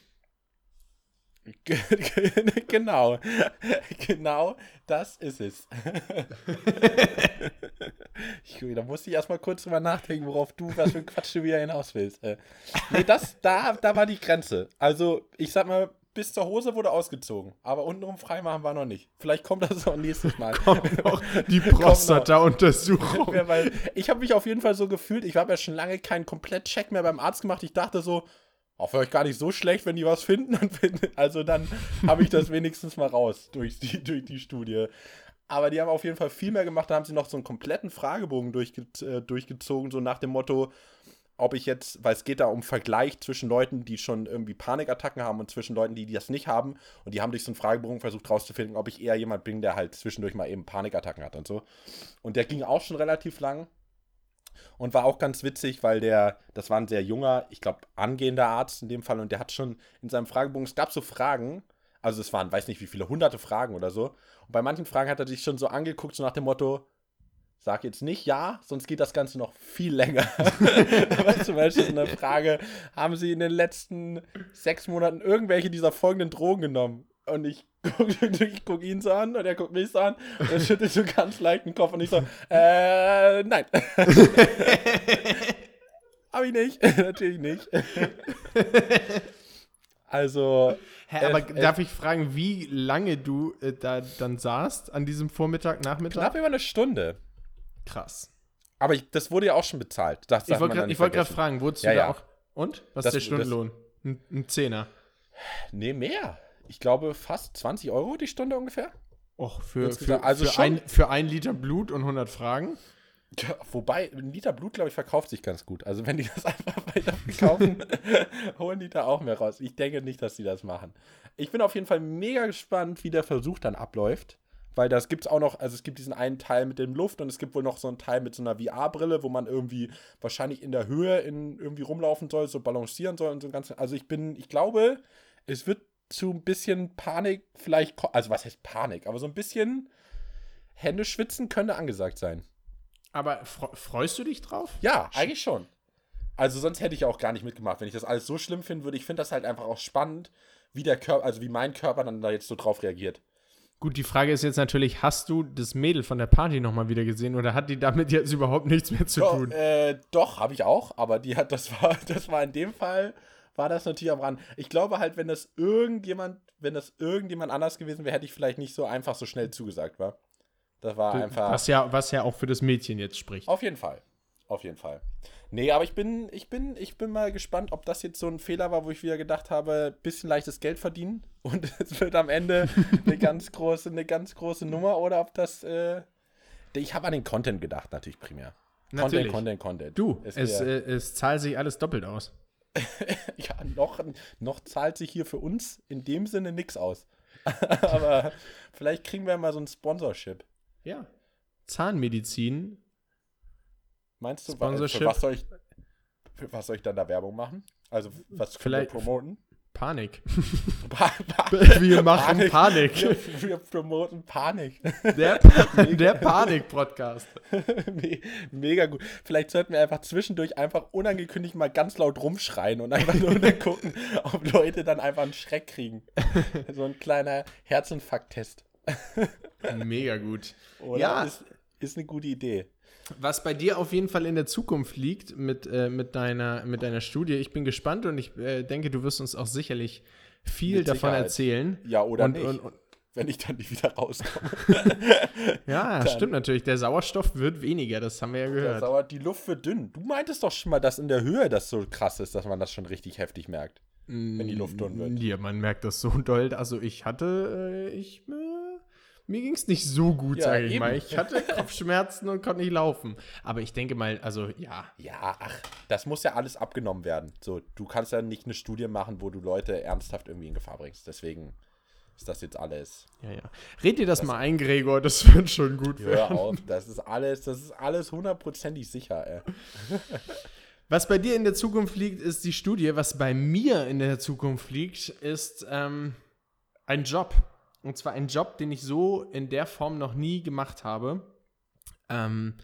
Genau, genau, das ist es. ich, da musste ich erstmal kurz drüber nachdenken, worauf du, was für ein Quatsch du wieder hinaus willst. Äh, nee, das, da, da war die Grenze. Also, ich sag mal, bis zur Hose wurde ausgezogen, aber untenrum freimachen war noch nicht. Vielleicht kommt das auch nächstes Mal.
Kommt noch die Prostata-Untersuchung.
Ja, weil ich habe mich auf jeden Fall so gefühlt, ich habe ja schon lange keinen Komplett-Check mehr beim Arzt gemacht. Ich dachte so, auch vielleicht gar nicht so schlecht, wenn die was finden. Also dann habe ich das wenigstens mal raus durch die, durch die Studie. Aber die haben auf jeden Fall viel mehr gemacht. Da haben sie noch so einen kompletten Fragebogen durchge äh, durchgezogen, so nach dem Motto, ob ich jetzt, weil es geht da um Vergleich zwischen Leuten, die schon irgendwie Panikattacken haben und zwischen Leuten, die, die das nicht haben. Und die haben durch so einen Fragebogen versucht rauszufinden, ob ich eher jemand bin, der halt zwischendurch mal eben Panikattacken hat und so. Und der ging auch schon relativ lang. Und war auch ganz witzig, weil der, das war ein sehr junger, ich glaube, angehender Arzt in dem Fall. Und der hat schon in seinem Fragebogen, es gab so Fragen, also es waren, weiß nicht wie viele, hunderte Fragen oder so. Und bei manchen Fragen hat er sich schon so angeguckt, so nach dem Motto, sag jetzt nicht ja, sonst geht das Ganze noch viel länger. Da war zum Beispiel so eine Frage, haben Sie in den letzten sechs Monaten irgendwelche dieser folgenden Drogen genommen? Und ich gucke ich guck ihn so an und er guckt mich so an und er schüttelt so ganz leicht den Kopf und ich so, äh, nein. Hab ich nicht, natürlich nicht. Also.
Hä, aber äh, darf ich fragen, wie lange du äh, da dann saßt an diesem Vormittag, Nachmittag?
Knapp über eine Stunde.
Krass.
Aber ich, das wurde ja auch schon bezahlt. Das
ich wollte gerade wollt fragen, wurdest du
ja,
da
ja.
auch. Und? Was
das,
ist der Stundenlohn? Ein, ein Zehner.
Nee, mehr. Ich glaube fast zwanzig Euro die Stunde ungefähr.
Och, für, für,
also
für,
schon,
ein, für ein Liter Blut und hundert Fragen?
Ja, wobei, ein Liter Blut, glaube ich, verkauft sich ganz gut. Also wenn die das einfach weiter verkaufen, holen die da auch mehr raus. Ich denke nicht, dass die das machen. Ich bin auf jeden Fall mega gespannt, wie der Versuch dann abläuft. Weil das gibt es auch noch, also es gibt diesen einen Teil mit dem Luft und es gibt wohl noch so einen Teil mit so einer V R-Brille, wo man irgendwie wahrscheinlich in der Höhe in, irgendwie rumlaufen soll, so balancieren soll und so ganz. Also ich bin, ich glaube, es wird zu ein bisschen Panik vielleicht, also was heißt Panik, aber so ein bisschen Hände schwitzen könnte angesagt sein.
Aber freust du dich drauf?
Ja, eigentlich schon. Also sonst hätte ich auch gar nicht mitgemacht, wenn ich das alles so schlimm finden würde. Ich finde das halt einfach auch spannend, wie der Körper, also wie mein Körper dann da jetzt so drauf reagiert.
Gut, die Frage ist jetzt natürlich, hast du das Mädel von der Party nochmal wieder gesehen oder hat die damit jetzt überhaupt nichts mehr zu
doch,
tun?
Äh, doch, habe ich auch, aber die hat, das war, das war in dem Fall, war das natürlich am Rand. Ich glaube halt, wenn das irgendjemand, wenn das irgendjemand anders gewesen wäre, hätte ich vielleicht nicht so einfach so schnell zugesagt, war. Das war einfach.
Was ja, was ja auch für das Mädchen jetzt spricht.
Auf jeden Fall. Auf jeden Fall. Nee, aber ich bin, ich bin, ich bin mal gespannt, ob das jetzt so ein Fehler war, wo ich wieder gedacht habe, bisschen leichtes Geld verdienen und es wird am Ende eine ganz große, eine ganz große Nummer oder ob das, äh, ich habe an den Content gedacht, natürlich primär.
Natürlich.
Content, Content, Content.
Du, es, es, äh, es zahlt sich alles doppelt aus.
Ja, noch, noch zahlt sich hier für uns in dem Sinne nichts aus. Aber vielleicht kriegen wir mal so ein Sponsorship.
Ja. Zahnmedizin.
Meinst du,
Sponsorship.
für was soll ich, für was soll ich dann da Werbung machen? Also, was können wir promoten?
Panik.
Pa pa
wir machen Panik. Panik.
Wir, wir promoten Panik.
Der, der Panik-Podcast.
Me mega gut. Vielleicht sollten wir einfach zwischendurch einfach unangekündigt mal ganz laut rumschreien und einfach nur dann gucken, ob Leute dann einfach einen Schreck kriegen. So ein kleiner Herzinfarkt-Test.
Mega gut.
Oder?
Ja,
ist, ist eine gute Idee.
Was bei dir auf jeden Fall in der Zukunft liegt mit, äh, mit, deiner, mit deiner Studie, ich bin gespannt und ich äh, denke, du wirst uns auch sicherlich viel mit davon Sicherheit. erzählen.
Ja, oder
und,
nicht,
und, und,
wenn ich dann nicht wieder rauskomme.
Ja, dann. Stimmt natürlich. Der Sauerstoff wird weniger, das haben wir ja gehört.
Der Sauer, die Luft wird dünn. Du meintest doch schon mal, dass in der Höhe das so krass ist, dass man das schon richtig heftig merkt, mm, wenn die Luft dünn wird.
Ja, man merkt das so doll. Also ich hatte, äh, ich... Äh, Mir ging es nicht so gut, ja, sage ich eben. mal. Ich hatte Kopfschmerzen und konnte nicht laufen. Aber ich denke mal, also ja.
Ja, ach, das muss ja alles abgenommen werden. So, du kannst ja nicht eine Studie machen, wo du Leute ernsthaft irgendwie in Gefahr bringst. Deswegen ist das jetzt alles.
Ja, ja. Red dir das, das mal ein, Gregor, das wird schon gut
hör werden. Hör auf, das ist alles, das ist alles hundertprozentig sicher, ey.
Was bei dir in der Zukunft liegt, ist die Studie. Was bei mir in der Zukunft liegt, ist ähm, ein Job. Und zwar ein Job, den ich so in der Form noch nie gemacht habe. Ähm,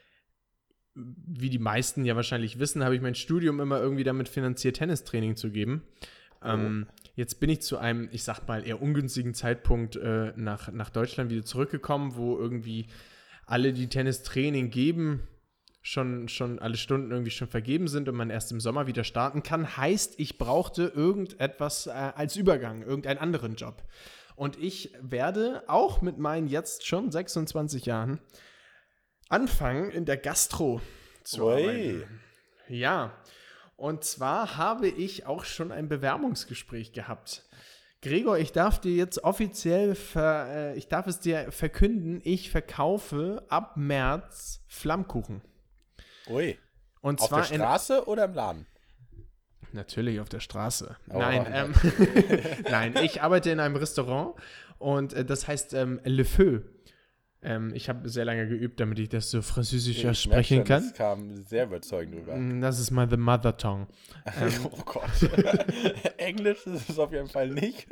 wie die meisten ja wahrscheinlich wissen, habe ich mein Studium immer irgendwie damit finanziert, Tennistraining zu geben. Oh. Ähm, jetzt bin ich zu einem, ich sag mal, eher ungünstigen Zeitpunkt äh, nach, nach Deutschland wieder zurückgekommen, wo irgendwie alle, die Tennistraining geben, schon, schon alle Stunden irgendwie schon vergeben sind und man erst im Sommer wieder starten kann. Heißt, ich brauchte irgendetwas äh, als Übergang, irgendeinen anderen Job. Und ich werde auch mit meinen jetzt schon sechsundzwanzig Jahren anfangen, in der Gastro zu Oi. arbeiten. Ja, und zwar habe ich auch schon ein Bewerbungsgespräch gehabt. Gregor, ich darf dir jetzt offiziell, ver, äh, ich darf es dir verkünden, ich verkaufe ab März Flammkuchen.
Ui,
und
auf
zwar
der Straße oder im Laden?
Natürlich auf der Straße.
Oh,
Nein, ähm, nein, ich arbeite in einem Restaurant und äh, das heißt ähm, Le Feu. Ähm, ich habe sehr lange geübt, damit ich das so französisch ich sprechen kann.
Das kam sehr überzeugend rüber.
Das ist mal the mother tongue.
Ähm, oh Gott. Englisch ist es auf jeden Fall nicht.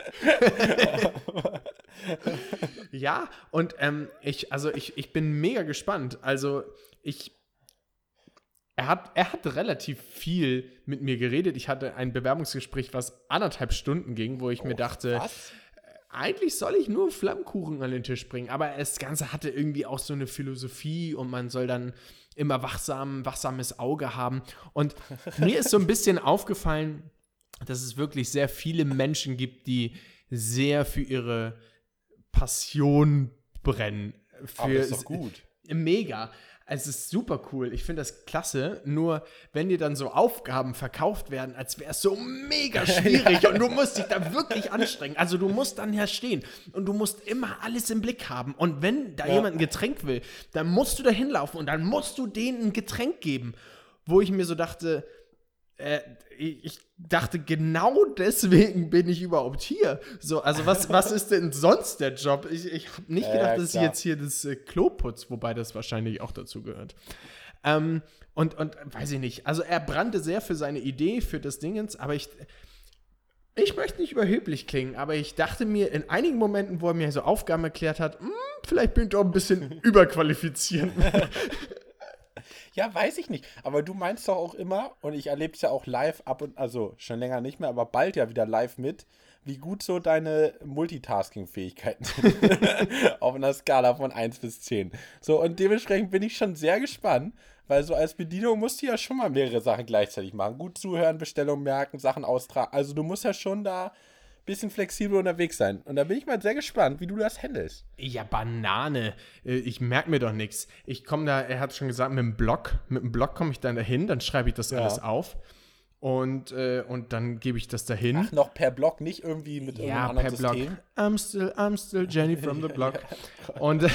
Ja, und ähm, ich, also ich, ich bin mega gespannt. Also ich Er hat, er hat relativ viel mit mir geredet. Ich hatte ein Bewerbungsgespräch, was anderthalb Stunden ging, wo ich oh, mir dachte, was? Eigentlich soll ich nur Flammkuchen an den Tisch bringen. Aber das Ganze hatte irgendwie auch so eine Philosophie und man soll dann immer wachsam, wachsames Auge haben. Und mir ist so ein bisschen aufgefallen, dass es wirklich sehr viele Menschen gibt, die sehr für ihre Passion brennen. Für
Aber das ist doch gut.
Mega. Es ist super cool. Ich finde das klasse. Nur, wenn dir dann so Aufgaben verkauft werden, als wäre es so mega schwierig und du musst dich da wirklich anstrengen. Also du musst dann ja stehen und du musst immer alles im Blick haben. Und wenn da ja. jemand ein Getränk will, dann musst du da hinlaufen und dann musst du denen ein Getränk geben. Wo ich mir so dachte, äh, ich dachte, genau deswegen bin ich überhaupt hier. So, also was, was ist denn sonst der Job? Ich, ich habe nicht gedacht, äh, dass ich jetzt hier das äh, Klo putze, wobei das wahrscheinlich auch dazu gehört. Ähm, und, und weiß ich nicht, also er brannte sehr für seine Idee, für das Dingens, aber ich, ich möchte nicht überheblich klingen, aber ich dachte mir in einigen Momenten, wo er mir so Aufgaben erklärt hat, vielleicht bin ich doch ein bisschen überqualifiziert.
Ja, weiß ich nicht. Aber du meinst doch auch immer, und ich erlebe es ja auch live ab und, also schon länger nicht mehr, aber bald ja wieder live mit, wie gut so deine Multitasking-Fähigkeiten sind. Auf einer Skala von eins bis zehn. So, und dementsprechend bin ich schon sehr gespannt, weil so als Bedienung musst du ja schon mal mehrere Sachen gleichzeitig machen. Gut zuhören, Bestellungen merken, Sachen austragen. Also du musst ja schon da bisschen flexibel unterwegs sein. Und da bin ich mal sehr gespannt, wie du das handelst.
Ja, Banane. Ich merke mir doch nichts. Ich komme da, er hat schon gesagt, mit dem Block. Mit dem Block komme ich dann dahin, dann schreibe ich das ja. alles auf. Und, äh, und dann gebe ich das dahin.
Ach, noch per Block, nicht irgendwie mit
ja,
irgendeinem anderen
per
System?
Block. I'm still, I'm still Jenny from the block. Und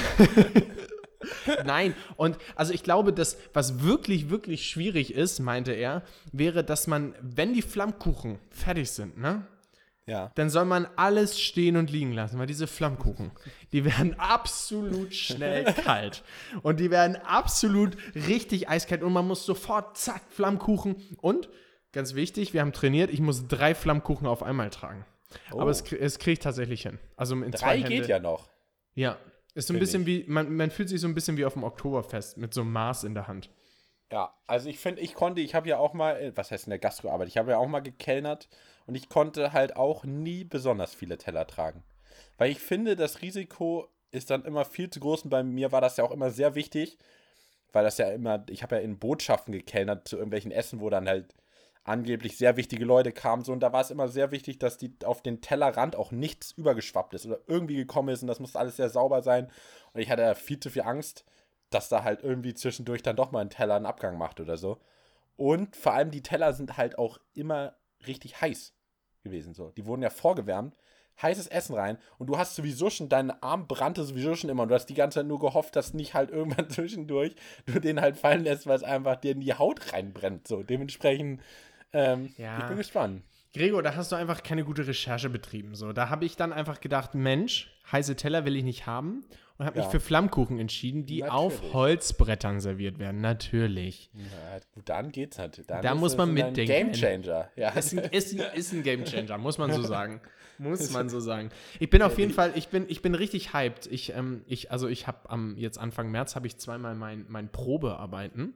nein, und also ich glaube, dass was wirklich, wirklich schwierig ist, meinte er, wäre, dass man, wenn die Flammkuchen fertig sind, ne?
Ja.
Dann soll man alles stehen und liegen lassen, weil diese Flammkuchen, die werden absolut schnell kalt. Und die werden absolut richtig eiskalt und man muss sofort, zack, Flammkuchen. Und ganz wichtig, wir haben trainiert, ich muss drei Flammkuchen auf einmal tragen. Oh. Aber es, es kriege ich tatsächlich hin. Also in
drei
zwei Hände.
geht ja noch.
Ja, ist so ein bisschen wie, man, man fühlt sich so ein bisschen wie auf dem Oktoberfest mit so einem Maß in der Hand.
Ja, also ich finde, ich konnte, ich habe ja auch mal, was heißt in der Gastroarbeit, ich habe ja auch mal gekellnert und ich konnte halt auch nie besonders viele Teller tragen. Weil ich finde, das Risiko ist dann immer viel zu groß und bei mir war das ja auch immer sehr wichtig, weil das ja immer, ich habe ja in Botschaften gekellnert zu irgendwelchen Essen, wo dann halt angeblich sehr wichtige Leute kamen, so, und da war es immer sehr wichtig, dass die auf den Tellerrand auch nichts übergeschwappt ist oder irgendwie gekommen ist und das musste alles sehr sauber sein und ich hatte ja viel zu viel Angst, dass da halt irgendwie zwischendurch dann doch mal ein Teller einen Abgang macht oder so. Und vor allem die Teller sind halt auch immer richtig heiß gewesen, so. Die wurden ja vorgewärmt, heißes Essen rein und du hast sowieso schon, dein Arm brannte sowieso schon immer und du hast die ganze Zeit nur gehofft, dass nicht halt irgendwann zwischendurch du den halt fallen lässt, weil es einfach dir in die Haut reinbrennt, so. Dementsprechend, ähm,
ja.
ich bin gespannt.
Gregor, da hast du einfach keine gute Recherche betrieben, so. Da habe ich dann einfach gedacht, Mensch, heiße Teller will ich nicht haben und habe
Ja.
mich für Flammkuchen entschieden, die
Natürlich.
auf Holzbrettern serviert werden. Natürlich.
Ja, gut, dann geht's natürlich. Dann
Da
ist
muss
es
man
ein
mitdenken.
Gamechanger. Ja.
Ist ein, ist, ein, ist ein Gamechanger, muss man so sagen. Muss man so sagen. Ich bin auf jeden Fall, ich bin, ich bin richtig hyped. Ich, ähm, ich, also ich habe am jetzt Anfang März habe ich zweimal mein, mein Probearbeiten.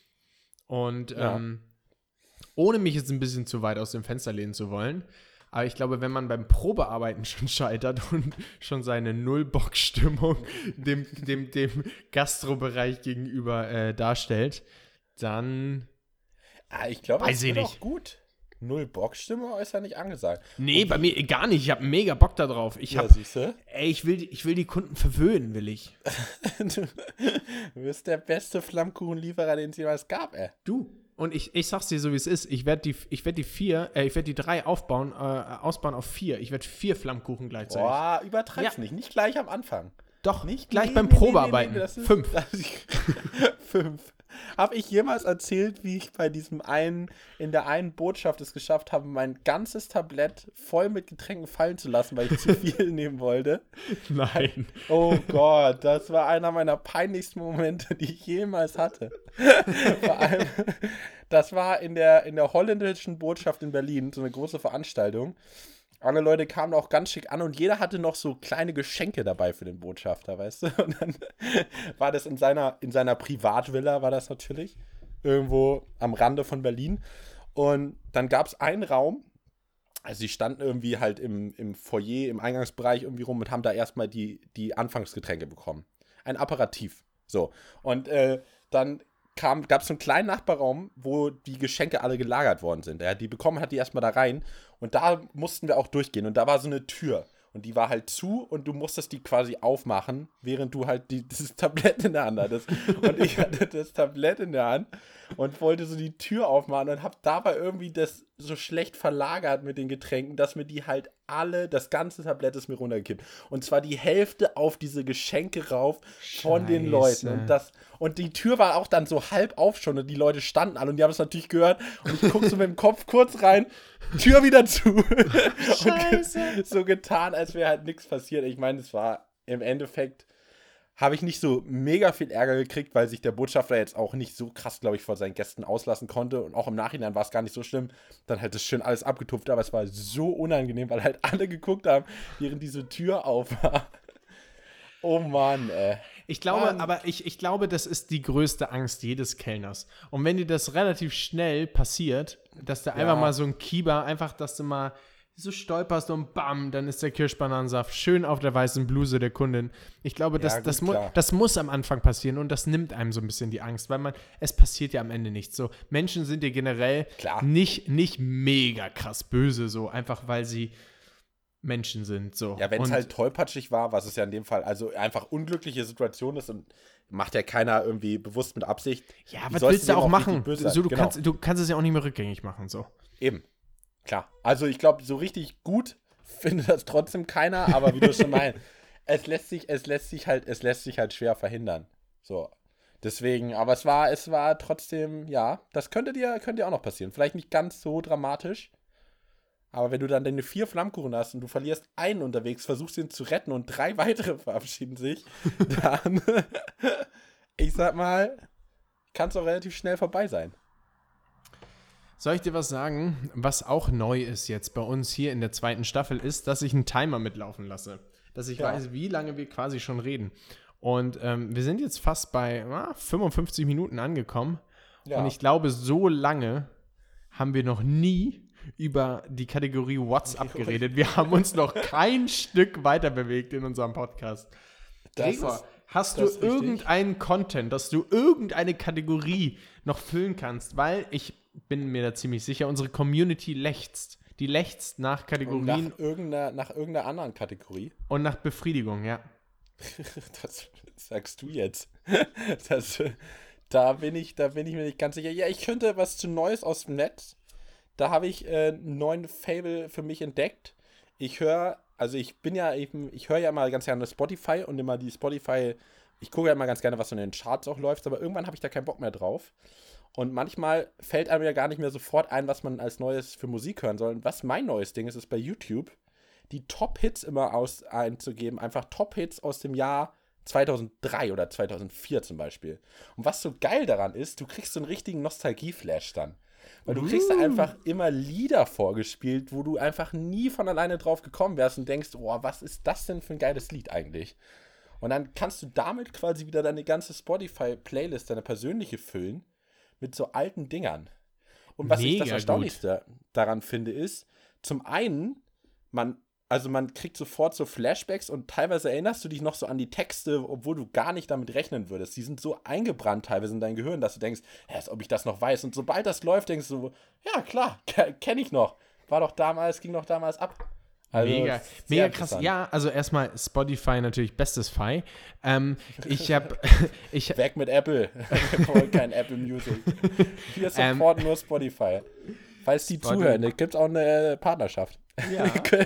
Und
Ja.
ähm, ohne mich jetzt ein bisschen zu weit aus dem Fenster lehnen zu wollen, aber ich glaube, wenn man beim Probearbeiten schon scheitert und schon seine Null-Bock-Stimmung dem, dem, dem Gastrobereich gegenüber äh, darstellt, dann
Ah, ich glaube,
Weiß
das
ich
wird
nicht.
auch gut. Null Bockstimme ist ja nicht angesagt.
nee, bei mir gar nicht. Ich habe mega Bock da drauf. Ich
Ja,
hab,
siehste.
ey, ich will, die- ich will die Kunden verwöhnen, will ich.
Du bist der beste Flammkuchenlieferer, den es jemals gab, ey.
Du. Und ich, ich sag's dir so, wie es ist. Ich werde die, ich werd die vier, äh, ich werde die drei aufbauen, äh, ausbauen auf vier. Ich werde vier Flammkuchen gleichzeitig.
Boah, übertreib's
Ja.
nicht. Nicht gleich am Anfang.
Doch,
Nicht
gleich
nee,
beim
nee, nee,
Probearbeiten.
nee, nee, das ist-
Fünf.
Das ist, fünf. Habe ich jemals erzählt, wie ich bei diesem einen, in der einen Botschaft es geschafft habe, mein ganzes Tablett voll mit Getränken fallen zu lassen, weil ich zu viel nehmen wollte?
Nein.
Oh Gott, das war einer meiner peinlichsten Momente, die ich jemals hatte. Vor allem, das war in der, in der holländischen Botschaft in Berlin, so eine große Veranstaltung. Alle Leute kamen auch ganz schick an und jeder hatte noch so kleine Geschenke dabei für den Botschafter, weißt du? Und dann war das in seiner, in seiner Privatvilla, war das natürlich, irgendwo am Rande von Berlin. Und dann gab es einen Raum, also die standen irgendwie halt im, im Foyer, im Eingangsbereich irgendwie rum und haben da erstmal die, die Anfangsgetränke bekommen. Ein Aperitif. So. Und äh, dann gab es so einen kleinen Nachbarraum, wo die Geschenke alle gelagert worden sind. Ja, die bekommen hat die erstmal da rein und da mussten wir auch durchgehen und da war so eine Tür und die war halt zu und du musstest die quasi aufmachen, während du halt die, dieses Tablett in der Hand hattest. Und ich hatte das Tablett in der Hand und wollte so die Tür aufmachen und hab dabei irgendwie das so schlecht verlagert mit den Getränken, dass mir die halt alle, das ganze Tablett ist mir runtergekippt. Und zwar die Hälfte auf diese Geschenke rauf von den
Scheiße.
Leuten. Und das, und die Tür war auch dann so halb auf schon und die Leute standen alle und die haben es natürlich gehört. Und ich gucke so mit dem Kopf kurz rein, Tür wieder zu.
Scheiße.
Und so getan, als wäre halt nichts passiert. Ich meine, es war im Endeffekt, habe ich nicht so mega viel Ärger gekriegt, weil sich der Botschafter jetzt auch nicht so krass, glaube ich, vor seinen Gästen auslassen konnte. Und auch im Nachhinein war es gar nicht so schlimm. Dann halt das schön alles abgetupft, aber es war so unangenehm, weil halt alle geguckt haben, während diese Tür auf war. Oh Mann, ey.
Ich glaube,
Mann.
aber ich, ich glaube, das ist die größte Angst jedes Kellners. Und wenn dir das relativ schnell passiert, dass du einfach mal so ein Kieber, einfach, dass du mal so stolperst und bam, dann ist der Kirschbananensaft schön auf der weißen Bluse der Kundin. Ich glaube, das,
Ja, gut,
das, mu
klar.
das muss am Anfang passieren und das nimmt einem so ein bisschen die Angst, weil man, es passiert ja am Ende nichts. So, Menschen sind ja generell
Klar.
nicht, nicht mega krass böse, so einfach, weil sie Menschen sind. So.
Ja, wenn es
Und-
halt tollpatschig war, was es ja in dem Fall, also einfach unglückliche Situation ist und macht ja keiner irgendwie bewusst mit Absicht.
Ja,
Wie
was
sollst
willst du
dem
auch machen?
richtig böse
So,
sein?
du,
Genau.
kannst, du kannst es ja auch nicht mehr rückgängig machen. So.
Eben. Klar. Also ich glaube, so richtig gut findet das trotzdem keiner, aber wie du schon meinst, es lässt sich, es lässt sich halt, es lässt sich halt schwer verhindern. So. Deswegen, aber es war, es war trotzdem, ja, das könnte dir, könnte dir auch noch passieren. Vielleicht nicht ganz so dramatisch. Aber wenn du dann deine vier Flammkuchen hast und du verlierst einen unterwegs, versuchst ihn zu retten und drei weitere verabschieden sich, dann, ich sag mal, kann es auch relativ schnell vorbei sein.
Soll ich dir was sagen? Was auch neu ist jetzt bei uns hier in der zweiten Staffel ist, dass ich einen Timer mitlaufen lasse. Dass ich ja. weiß, wie lange wir quasi schon reden. Und ähm, wir sind jetzt fast bei ah, fünfundfünfzig Minuten angekommen. Ja. Und ich glaube, so lange haben wir noch nie über die Kategorie WhatsApp geredet. Wir haben uns noch kein Stück weiter bewegt in unserem Podcast. Gregor, ist, hast du irgendeinen Content, dass du irgendeine Kategorie noch füllen kannst? Weil ich bin mir da ziemlich sicher, unsere Community lechzt. Die lechzt nach Kategorien.
Und nach irgendeiner, nach irgendeiner anderen Kategorie.
Und nach Befriedigung, ja.
Das sagst du jetzt. Das, da, bin ich, da bin ich mir nicht ganz sicher. Ja, ich könnte was zu Neues aus dem Netz. Da habe ich äh, einen neuen Fable für mich entdeckt. Ich höre, also ich bin ja eben, ich höre ja immer ganz gerne Spotify und immer die Spotify, ich gucke ja immer ganz gerne, was so in den Charts auch läuft, aber irgendwann habe ich da keinen Bock mehr drauf. Und manchmal fällt einem ja gar nicht mehr sofort ein, was man als Neues für Musik hören soll. Und was mein neues Ding ist, ist bei YouTube, die Top-Hits immer aus einzugeben. Einfach Top-Hits aus dem Jahr zweitausenddrei oder zweitausendvier zum Beispiel. Und was so geil daran ist, du kriegst so einen richtigen Nostalgie-Flash dann. Weil du kriegst da einfach immer Lieder vorgespielt, wo du einfach nie von alleine drauf gekommen wärst und denkst, oh, was ist das denn für ein geiles Lied eigentlich? Und dann kannst du damit quasi wieder deine ganze Spotify-Playlist, deine persönliche füllen, mit so alten Dingern. Und was Mega ich das Erstaunlichste gut. daran finde, ist, zum einen, man, also man kriegt sofort so Flashbacks und teilweise erinnerst du dich noch so an die Texte, obwohl du gar nicht damit rechnen würdest. Die sind so eingebrannt teilweise in dein Gehirn, dass du denkst, ja, als ob ich das noch weiß. Und sobald das läuft, denkst du, ja klar, kenne ich noch. War doch damals, ging doch damals ab.
Also, mega, mega krass. Ja, also erstmal Spotify natürlich bestes Fi. Ähm, ich habe... ich
Weg mit Apple. Wir wollen kein Apple Music. Wir supporten ähm, nur Spotify. Falls die Spotify. zuhören, da gibt es auch eine Partnerschaft.
Ja,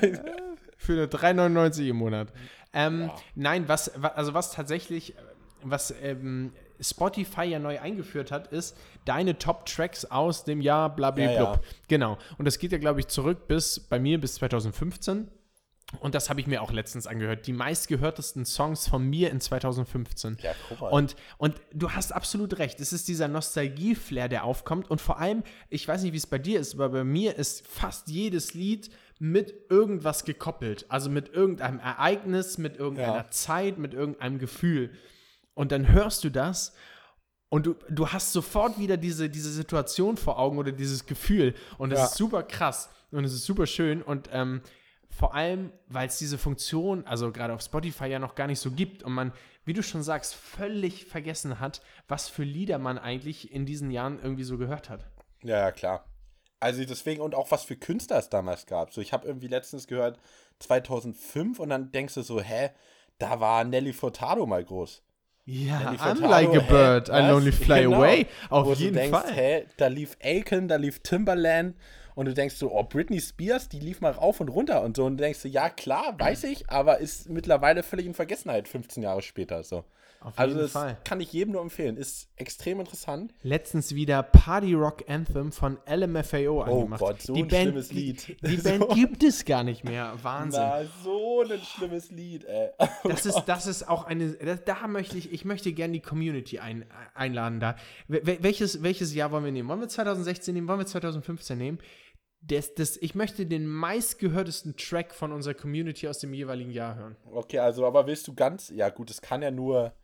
für eine drei neunundneunzig im Monat. Ähm, ja. Nein, was, also was tatsächlich, was ähm, Spotify ja neu eingeführt hat, ist deine Top-Tracks aus dem Jahr blablabla. Ja, ja. Genau. Und das geht ja, glaube ich, zurück bis, bei mir bis zweitausendfünfzehn. Und das habe ich mir auch letztens angehört. Die meistgehörtesten Songs von mir in zweitausendfünfzehn.
Ja, guck mal.
Und, und du hast absolut recht. Es ist dieser Nostalgie-Flair, der aufkommt. Und vor allem, ich weiß nicht, wie es bei dir ist, aber bei mir ist fast jedes Lied mit irgendwas gekoppelt. Also mit irgendeinem Ereignis, mit irgendeiner ja. Zeit, mit irgendeinem Gefühl. Und dann hörst du das und du, du hast sofort wieder diese, diese Situation vor Augen oder dieses Gefühl. Und das ja. ist super krass und es ist super schön. Und ähm, vor allem, weil es diese Funktion, also gerade auf Spotify ja noch gar nicht so gibt und man, wie du schon sagst, völlig vergessen hat, was für Lieder man eigentlich in diesen Jahren irgendwie so gehört hat.
Ja, ja, klar. Also deswegen, und auch was für Künstler es damals gab. So, ich habe irgendwie letztens gehört, zweitausendfünf und dann denkst du so, hä, da war Nelly Furtado mal groß.
Ja, I'm like a bird, hä, I only fly genau. away. Auf Wo jeden
du denkst,
Fall.
Hä, da lief Akon, da lief Timbaland und du denkst so, oh, Britney Spears, die lief mal rauf und runter und so. Und du denkst so, ja, klar, weiß ich, aber ist mittlerweile völlig in Vergessenheit, fünfzehn Jahre später. So.
Auf
also
jeden
das
Fall.
Kann ich jedem nur empfehlen. Ist extrem interessant.
Letztens wieder Party Rock Anthem von L M F A O angemacht.
Oh Gott, so
die
ein
Band,
schlimmes Lied.
Die, die Band so. gibt es gar nicht mehr. Wahnsinn.
Na, so ein schlimmes Lied, ey. Oh
das, ist, das ist auch eine, das, da möchte ich, ich möchte gerne die Community ein, einladen da. Welches, welches Jahr wollen wir nehmen? Wollen wir zweitausendsechzehn nehmen? Wollen wir zweitausendfünfzehn nehmen? Das, das, ich möchte den meistgehörtesten Track von unserer Community aus dem jeweiligen Jahr hören.
Okay, also, aber willst du ganz, ja gut, das kann ja nur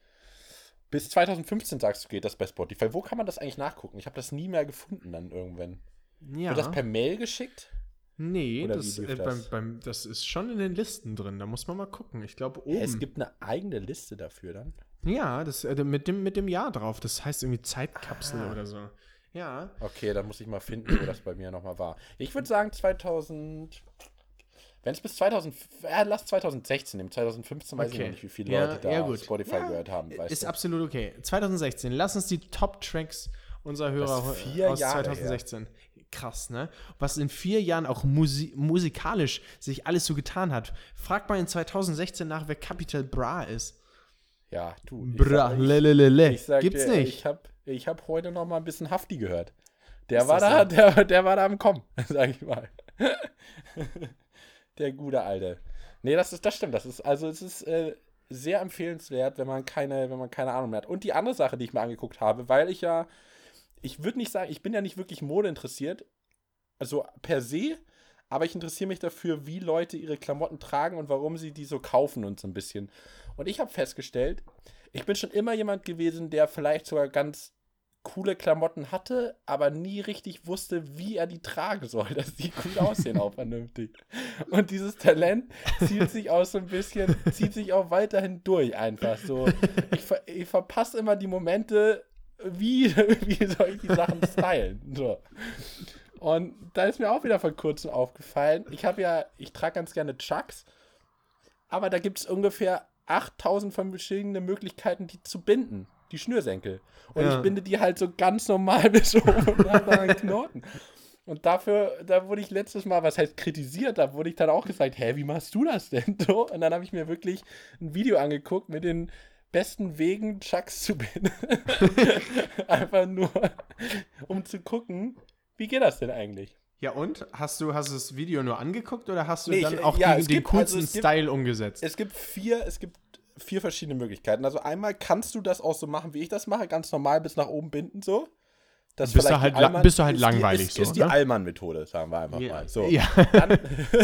bis zweitausendfünfzehn, sagst du, geht das bei Spotify. Wo kann man das eigentlich nachgucken? Ich habe das nie mehr gefunden dann irgendwann.
Ja.
Wird das per Mail geschickt?
Nee, das, äh, das? Beim, beim, das ist schon in den Listen drin. Da muss man mal gucken. Ich glaube, oben.
Es gibt eine eigene Liste dafür dann?
Ja, das, äh, mit, dem, mit dem Jahr drauf. Das heißt irgendwie Zeitkapsel ah. oder so. Ja.
Okay, dann muss ich mal finden, wo das bei mir nochmal war. Ich würde sagen zweitausend... Wenn es bis zweitausend, äh, lass zweitausendsechzehn nehmen. zweitausendfünfzehn weiß okay. ich noch nicht, wie viele
ja,
Leute da
ja,
auf Spotify ja, gehört haben.
Weißt ist
du?
absolut okay. zweitausendsechzehn, lass uns die Top-Tracks unserer Hörer aus
Jahre
zweitausendsechzehn. Her. Krass, ne? Was in vier Jahren auch musi- musikalisch sich alles so getan hat. Frag mal in zweitausendsechzehn nach, wer Capital Bra ist.
Ja, du.
Bra, lelelele. Gibt's
dir,
nicht.
Ich habe ich hab heute noch mal ein bisschen Hafti gehört. Der war da, der, der war da am Kommen, sag ich mal. Der gute Alte. Nee, das ist, das stimmt. Das ist, also es ist äh, sehr empfehlenswert, wenn man keine, wenn man keine Ahnung mehr hat. Und die andere Sache, die ich mir angeguckt habe, weil ich ja, ich würde nicht sagen, ich bin ja nicht wirklich Mode interessiert, also per se, aber ich interessiere mich dafür, wie Leute ihre Klamotten tragen und warum sie die so kaufen und so ein bisschen. Und ich habe festgestellt, ich bin schon immer jemand gewesen, der vielleicht sogar ganz coole Klamotten hatte, aber nie richtig wusste, wie er die tragen soll, dass die gut aussehen, auch vernünftig. Und dieses Talent zieht sich auch so ein bisschen, zieht sich auch weiterhin durch einfach so. Ich, ver- ich verpasse immer die Momente, wie, wie soll ich die Sachen stylen. So. Und da ist mir auch wieder vor kurzem aufgefallen, ich habe ja, ich trage ganz gerne Chucks, aber da gibt es ungefähr achttausend verschiedene Möglichkeiten, die zu binden. Die Schnürsenkel. Und ja. ich binde die halt so ganz normal bis oben und habe da einen Knoten. Und dafür, da wurde ich letztes Mal, was heißt kritisiert, da wurde ich dann auch gesagt, hä, wie machst du das denn? So, und dann habe ich mir wirklich ein Video angeguckt mit den besten Wegen, Chucks zu binden. Einfach nur, um zu gucken, wie geht das denn eigentlich?
Ja, und? Hast du, hast du das Video nur angeguckt oder hast du
nee,
dann
ich,
auch
ja,
die, den
gibt,
coolsten
also
Style
gibt,
umgesetzt?
Es gibt vier, es gibt vier verschiedene Möglichkeiten. Also einmal kannst du das auch so machen, wie ich das mache, ganz normal bis nach oben binden, so. Das
bist, du halt, Allmann, bist du halt
ist
langweilig
die, ist,
so,
ist die
ne?
Allmann-Methode, sagen wir einfach
ja.
mal. So.
Ja.
Dann,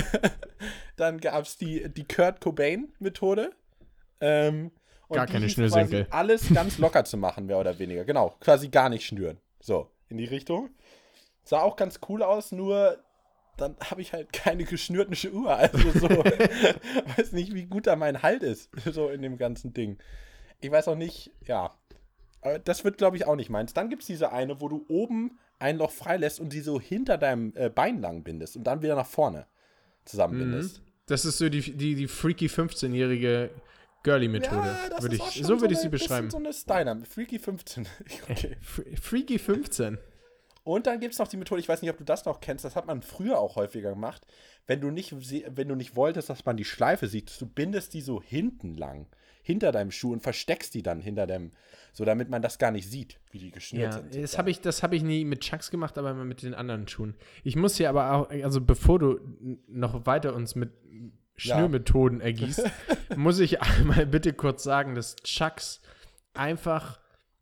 dann gab es die, die Kurt Cobain-Methode. Ähm, und
gar
die
keine
hieß
Schnürsenkel.
Quasi alles ganz locker zu machen, mehr oder weniger. Genau, quasi gar nicht schnüren. So, in die Richtung. Sah auch ganz cool aus, nur dann habe ich halt keine geschnürten Schuhe. Also so, weiß nicht, wie gut da mein Halt ist, so in dem ganzen Ding. Ich weiß auch nicht, ja. Aber das wird, glaube ich, auch nicht meins. Dann gibt es diese eine, wo du oben ein Loch freilässt und die so hinter deinem äh, Bein lang bindest und dann wieder nach vorne zusammenbindest.
Mhm. Das ist so die, die, die freaky fünfzehnjährige Girly-Methode.
Ja, das
würde
ist
ich,
auch schon
so würde ich
eine,
sie beschreiben.
Das ist so eine Steiner, Freaky fünfzehn. Okay.
Freaky fünfzehn.
Und dann gibt es noch die Methode, ich weiß nicht, ob du das noch kennst, das hat man früher auch häufiger gemacht, wenn du nicht, wenn du nicht wolltest, dass man die Schleife sieht, du bindest die so hinten lang, hinter deinem Schuh und versteckst die dann hinter dem, so damit man das gar nicht sieht, wie die geschnürt
Ja,
sind.
das habe ich, das hab ich nie mit Chucks gemacht, aber immer mit den anderen Schuhen. Ich muss hier aber auch, also bevor du noch weiter uns mit Schnürmethoden ja. ergießt, muss ich einmal bitte kurz sagen, dass Chucks einfach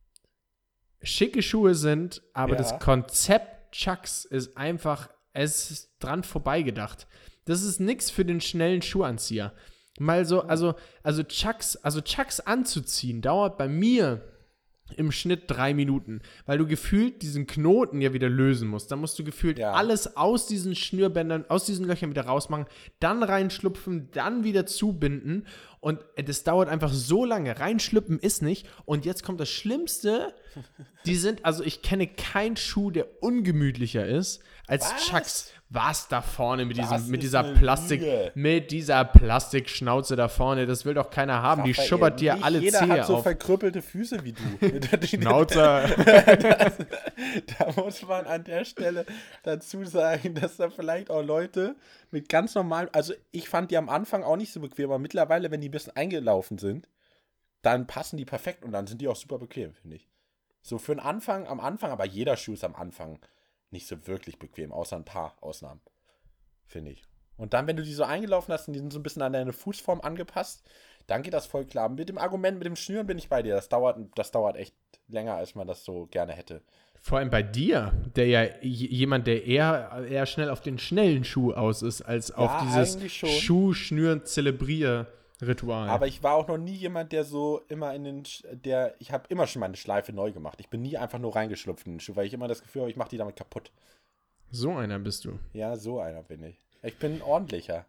schicke Schuhe sind, aber ja. das Konzept Chucks ist einfach, es ist dran vorbeigedacht. Das ist nichts für den schnellen Schuhanzieher. Mal so, also, also Chucks, also Chucks anzuziehen, dauert bei mir im Schnitt drei Minuten, weil du gefühlt diesen Knoten ja wieder lösen musst. Da musst du gefühlt ja. alles aus diesen Schnürbändern, aus diesen Löchern wieder rausmachen, dann reinschlupfen, dann wieder zubinden und das dauert einfach so lange. Reinschlüpfen ist nicht und jetzt kommt das Schlimmste, die sind, also ich kenne keinen Schuh, der ungemütlicher ist als Was? Chucks. Was da vorne mit, diesem, mit dieser Plastik, Lüge. mit dieser Plastikschnauze da vorne, das will doch keiner haben. Die schubbert dir alle Zehe auf.
Jeder hat so verkrüppelte Füße wie du.
Schnauzer.
das, da muss man an der Stelle dazu sagen, dass da vielleicht auch Leute mit ganz normalen, also ich fand die am Anfang auch nicht so bequem, aber mittlerweile, wenn die ein bisschen eingelaufen sind, dann passen die perfekt und dann sind die auch super bequem, finde ich. So für den Anfang, am Anfang, aber jeder Schuh ist am Anfang nicht so wirklich bequem, außer ein paar Ausnahmen, finde ich. Und dann, wenn du die so eingelaufen hast und die sind so ein bisschen an deine Fußform angepasst, dann geht das voll klar. Mit dem Argument, mit dem Schnüren bin ich bei dir. Das dauert, das dauert echt länger, als man das so gerne hätte.
Vor allem bei dir, der ja jemand, der eher, eher schnell auf den schnellen Schuh aus ist, als ja, auf dieses Schuhschnüren zelebrier Ritual.
Aber ich war auch noch nie jemand, der so immer in den, der, ich habe immer schon meine Schleife neu gemacht. Ich bin nie einfach nur reingeschlüpft in den Schuh, weil ich immer das Gefühl habe, ich mache die damit kaputt.
So einer bist du.
Ja, so einer bin ich. Ich bin ein ordentlicher.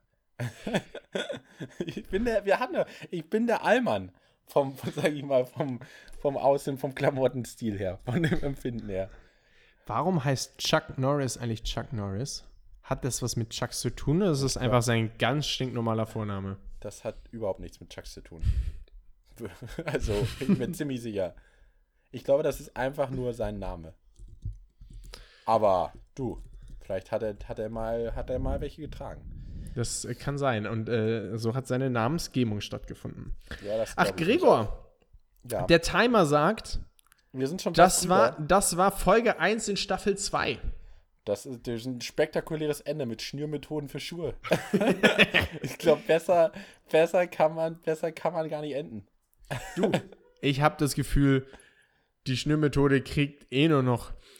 ich bin der, wir haben ja, ich bin der Allmann vom, sag ich mal, vom, vom Aussehen, vom Klamottenstil her, von dem Empfinden her.
Warum heißt Chuck Norris eigentlich Chuck Norris? Hat das was mit Chucks zu tun oder ist es einfach sein ganz stinknormaler Vorname?
Das hat überhaupt nichts mit Chucks zu tun. Also, ich bin mir ziemlich sicher. Ich glaube, das ist einfach nur sein Name. Aber du, vielleicht hat er, hat er, mal, hat er mal welche getragen.
Das kann sein. Und äh, so hat seine Namensgebung stattgefunden.
Ja, das
Ach, Gregor, ja. Der Timer sagt,
wir sind schon
das war, das war Folge eins in Staffel zwei.
Das ist, das ist ein spektakuläres Ende mit Schnürmethoden für Schuhe. Ich glaube, besser, besser, kann man, besser kann man gar nicht enden.
Du, ich habe das Gefühl, die Schnürmethode kriegt eh nur noch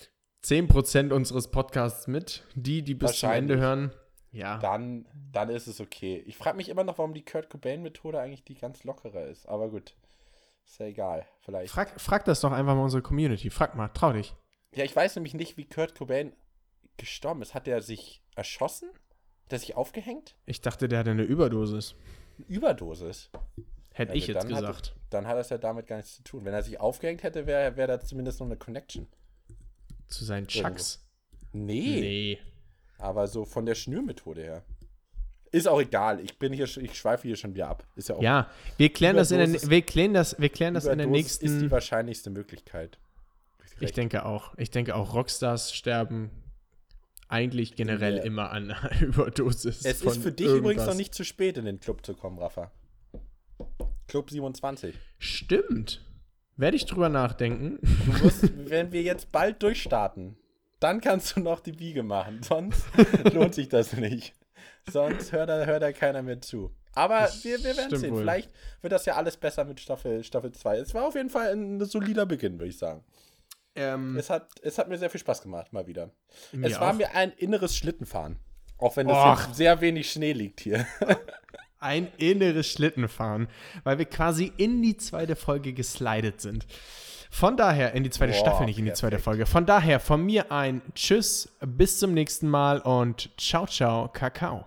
zehn Prozent unseres Podcasts mit. Die, die bis zum Ende hören, ja.
Dann, dann ist es okay. Ich frage mich immer noch, warum die Kurt Cobain-Methode eigentlich die ganz lockere ist. Aber gut, ist ja egal. Vielleicht.
Frag, frag das doch einfach mal unsere Community. Frag mal, trau dich.
Ja, ich weiß nämlich nicht, wie Kurt Cobain gestorben ist. Hat er sich erschossen? Hat er sich aufgehängt?
Ich dachte, der hatte eine Überdosis.
Überdosis?
Hätte
also
ich jetzt
dann
gesagt.
Hat, dann hat das ja damit gar nichts zu tun. Wenn er sich aufgehängt hätte, wäre wär da zumindest noch eine Connection.
Zu seinen Chucks?
Nee.
Nee.
Aber so von der Schnürmethode her. Ist auch egal. Ich bin hier, ich schweife hier schon wieder ab. Ist ja auch.
Ja, wir klären das in der, wir klären das, wir klären das in der nächsten.
Ist die wahrscheinlichste Möglichkeit.
Ich denke auch. Ich denke auch, Rockstars sterben eigentlich generell ja. immer an Überdosis.
Es ist für dich irgendwas. Übrigens noch nicht zu spät, in den Club zu kommen, Rafa. Club siebenundzwanzig.
Stimmt. Werde ich drüber nachdenken.
Du musst, wenn wir jetzt bald durchstarten, dann kannst du noch die Biege machen. Sonst lohnt sich das nicht. Sonst hört da, hört da keiner mehr zu. Aber wir, wir werden sehen. Wohl. Vielleicht wird das ja alles besser mit Staffel Staffel zwei. Es war auf jeden Fall ein solider Beginn, würde ich sagen. Ähm, es, hat, es hat mir sehr viel Spaß gemacht, mal wieder. Es war auch. mir ein inneres Schlittenfahren. Auch wenn es jetzt sehr wenig Schnee liegt hier.
Ein inneres Schlittenfahren, weil wir quasi in die zweite Folge geslidet sind. Von daher, in die zweite Boah, Staffel, nicht in die perfekt. zweite Folge. Von daher, von mir ein Tschüss, bis zum nächsten Mal und ciao, ciao, Kakao.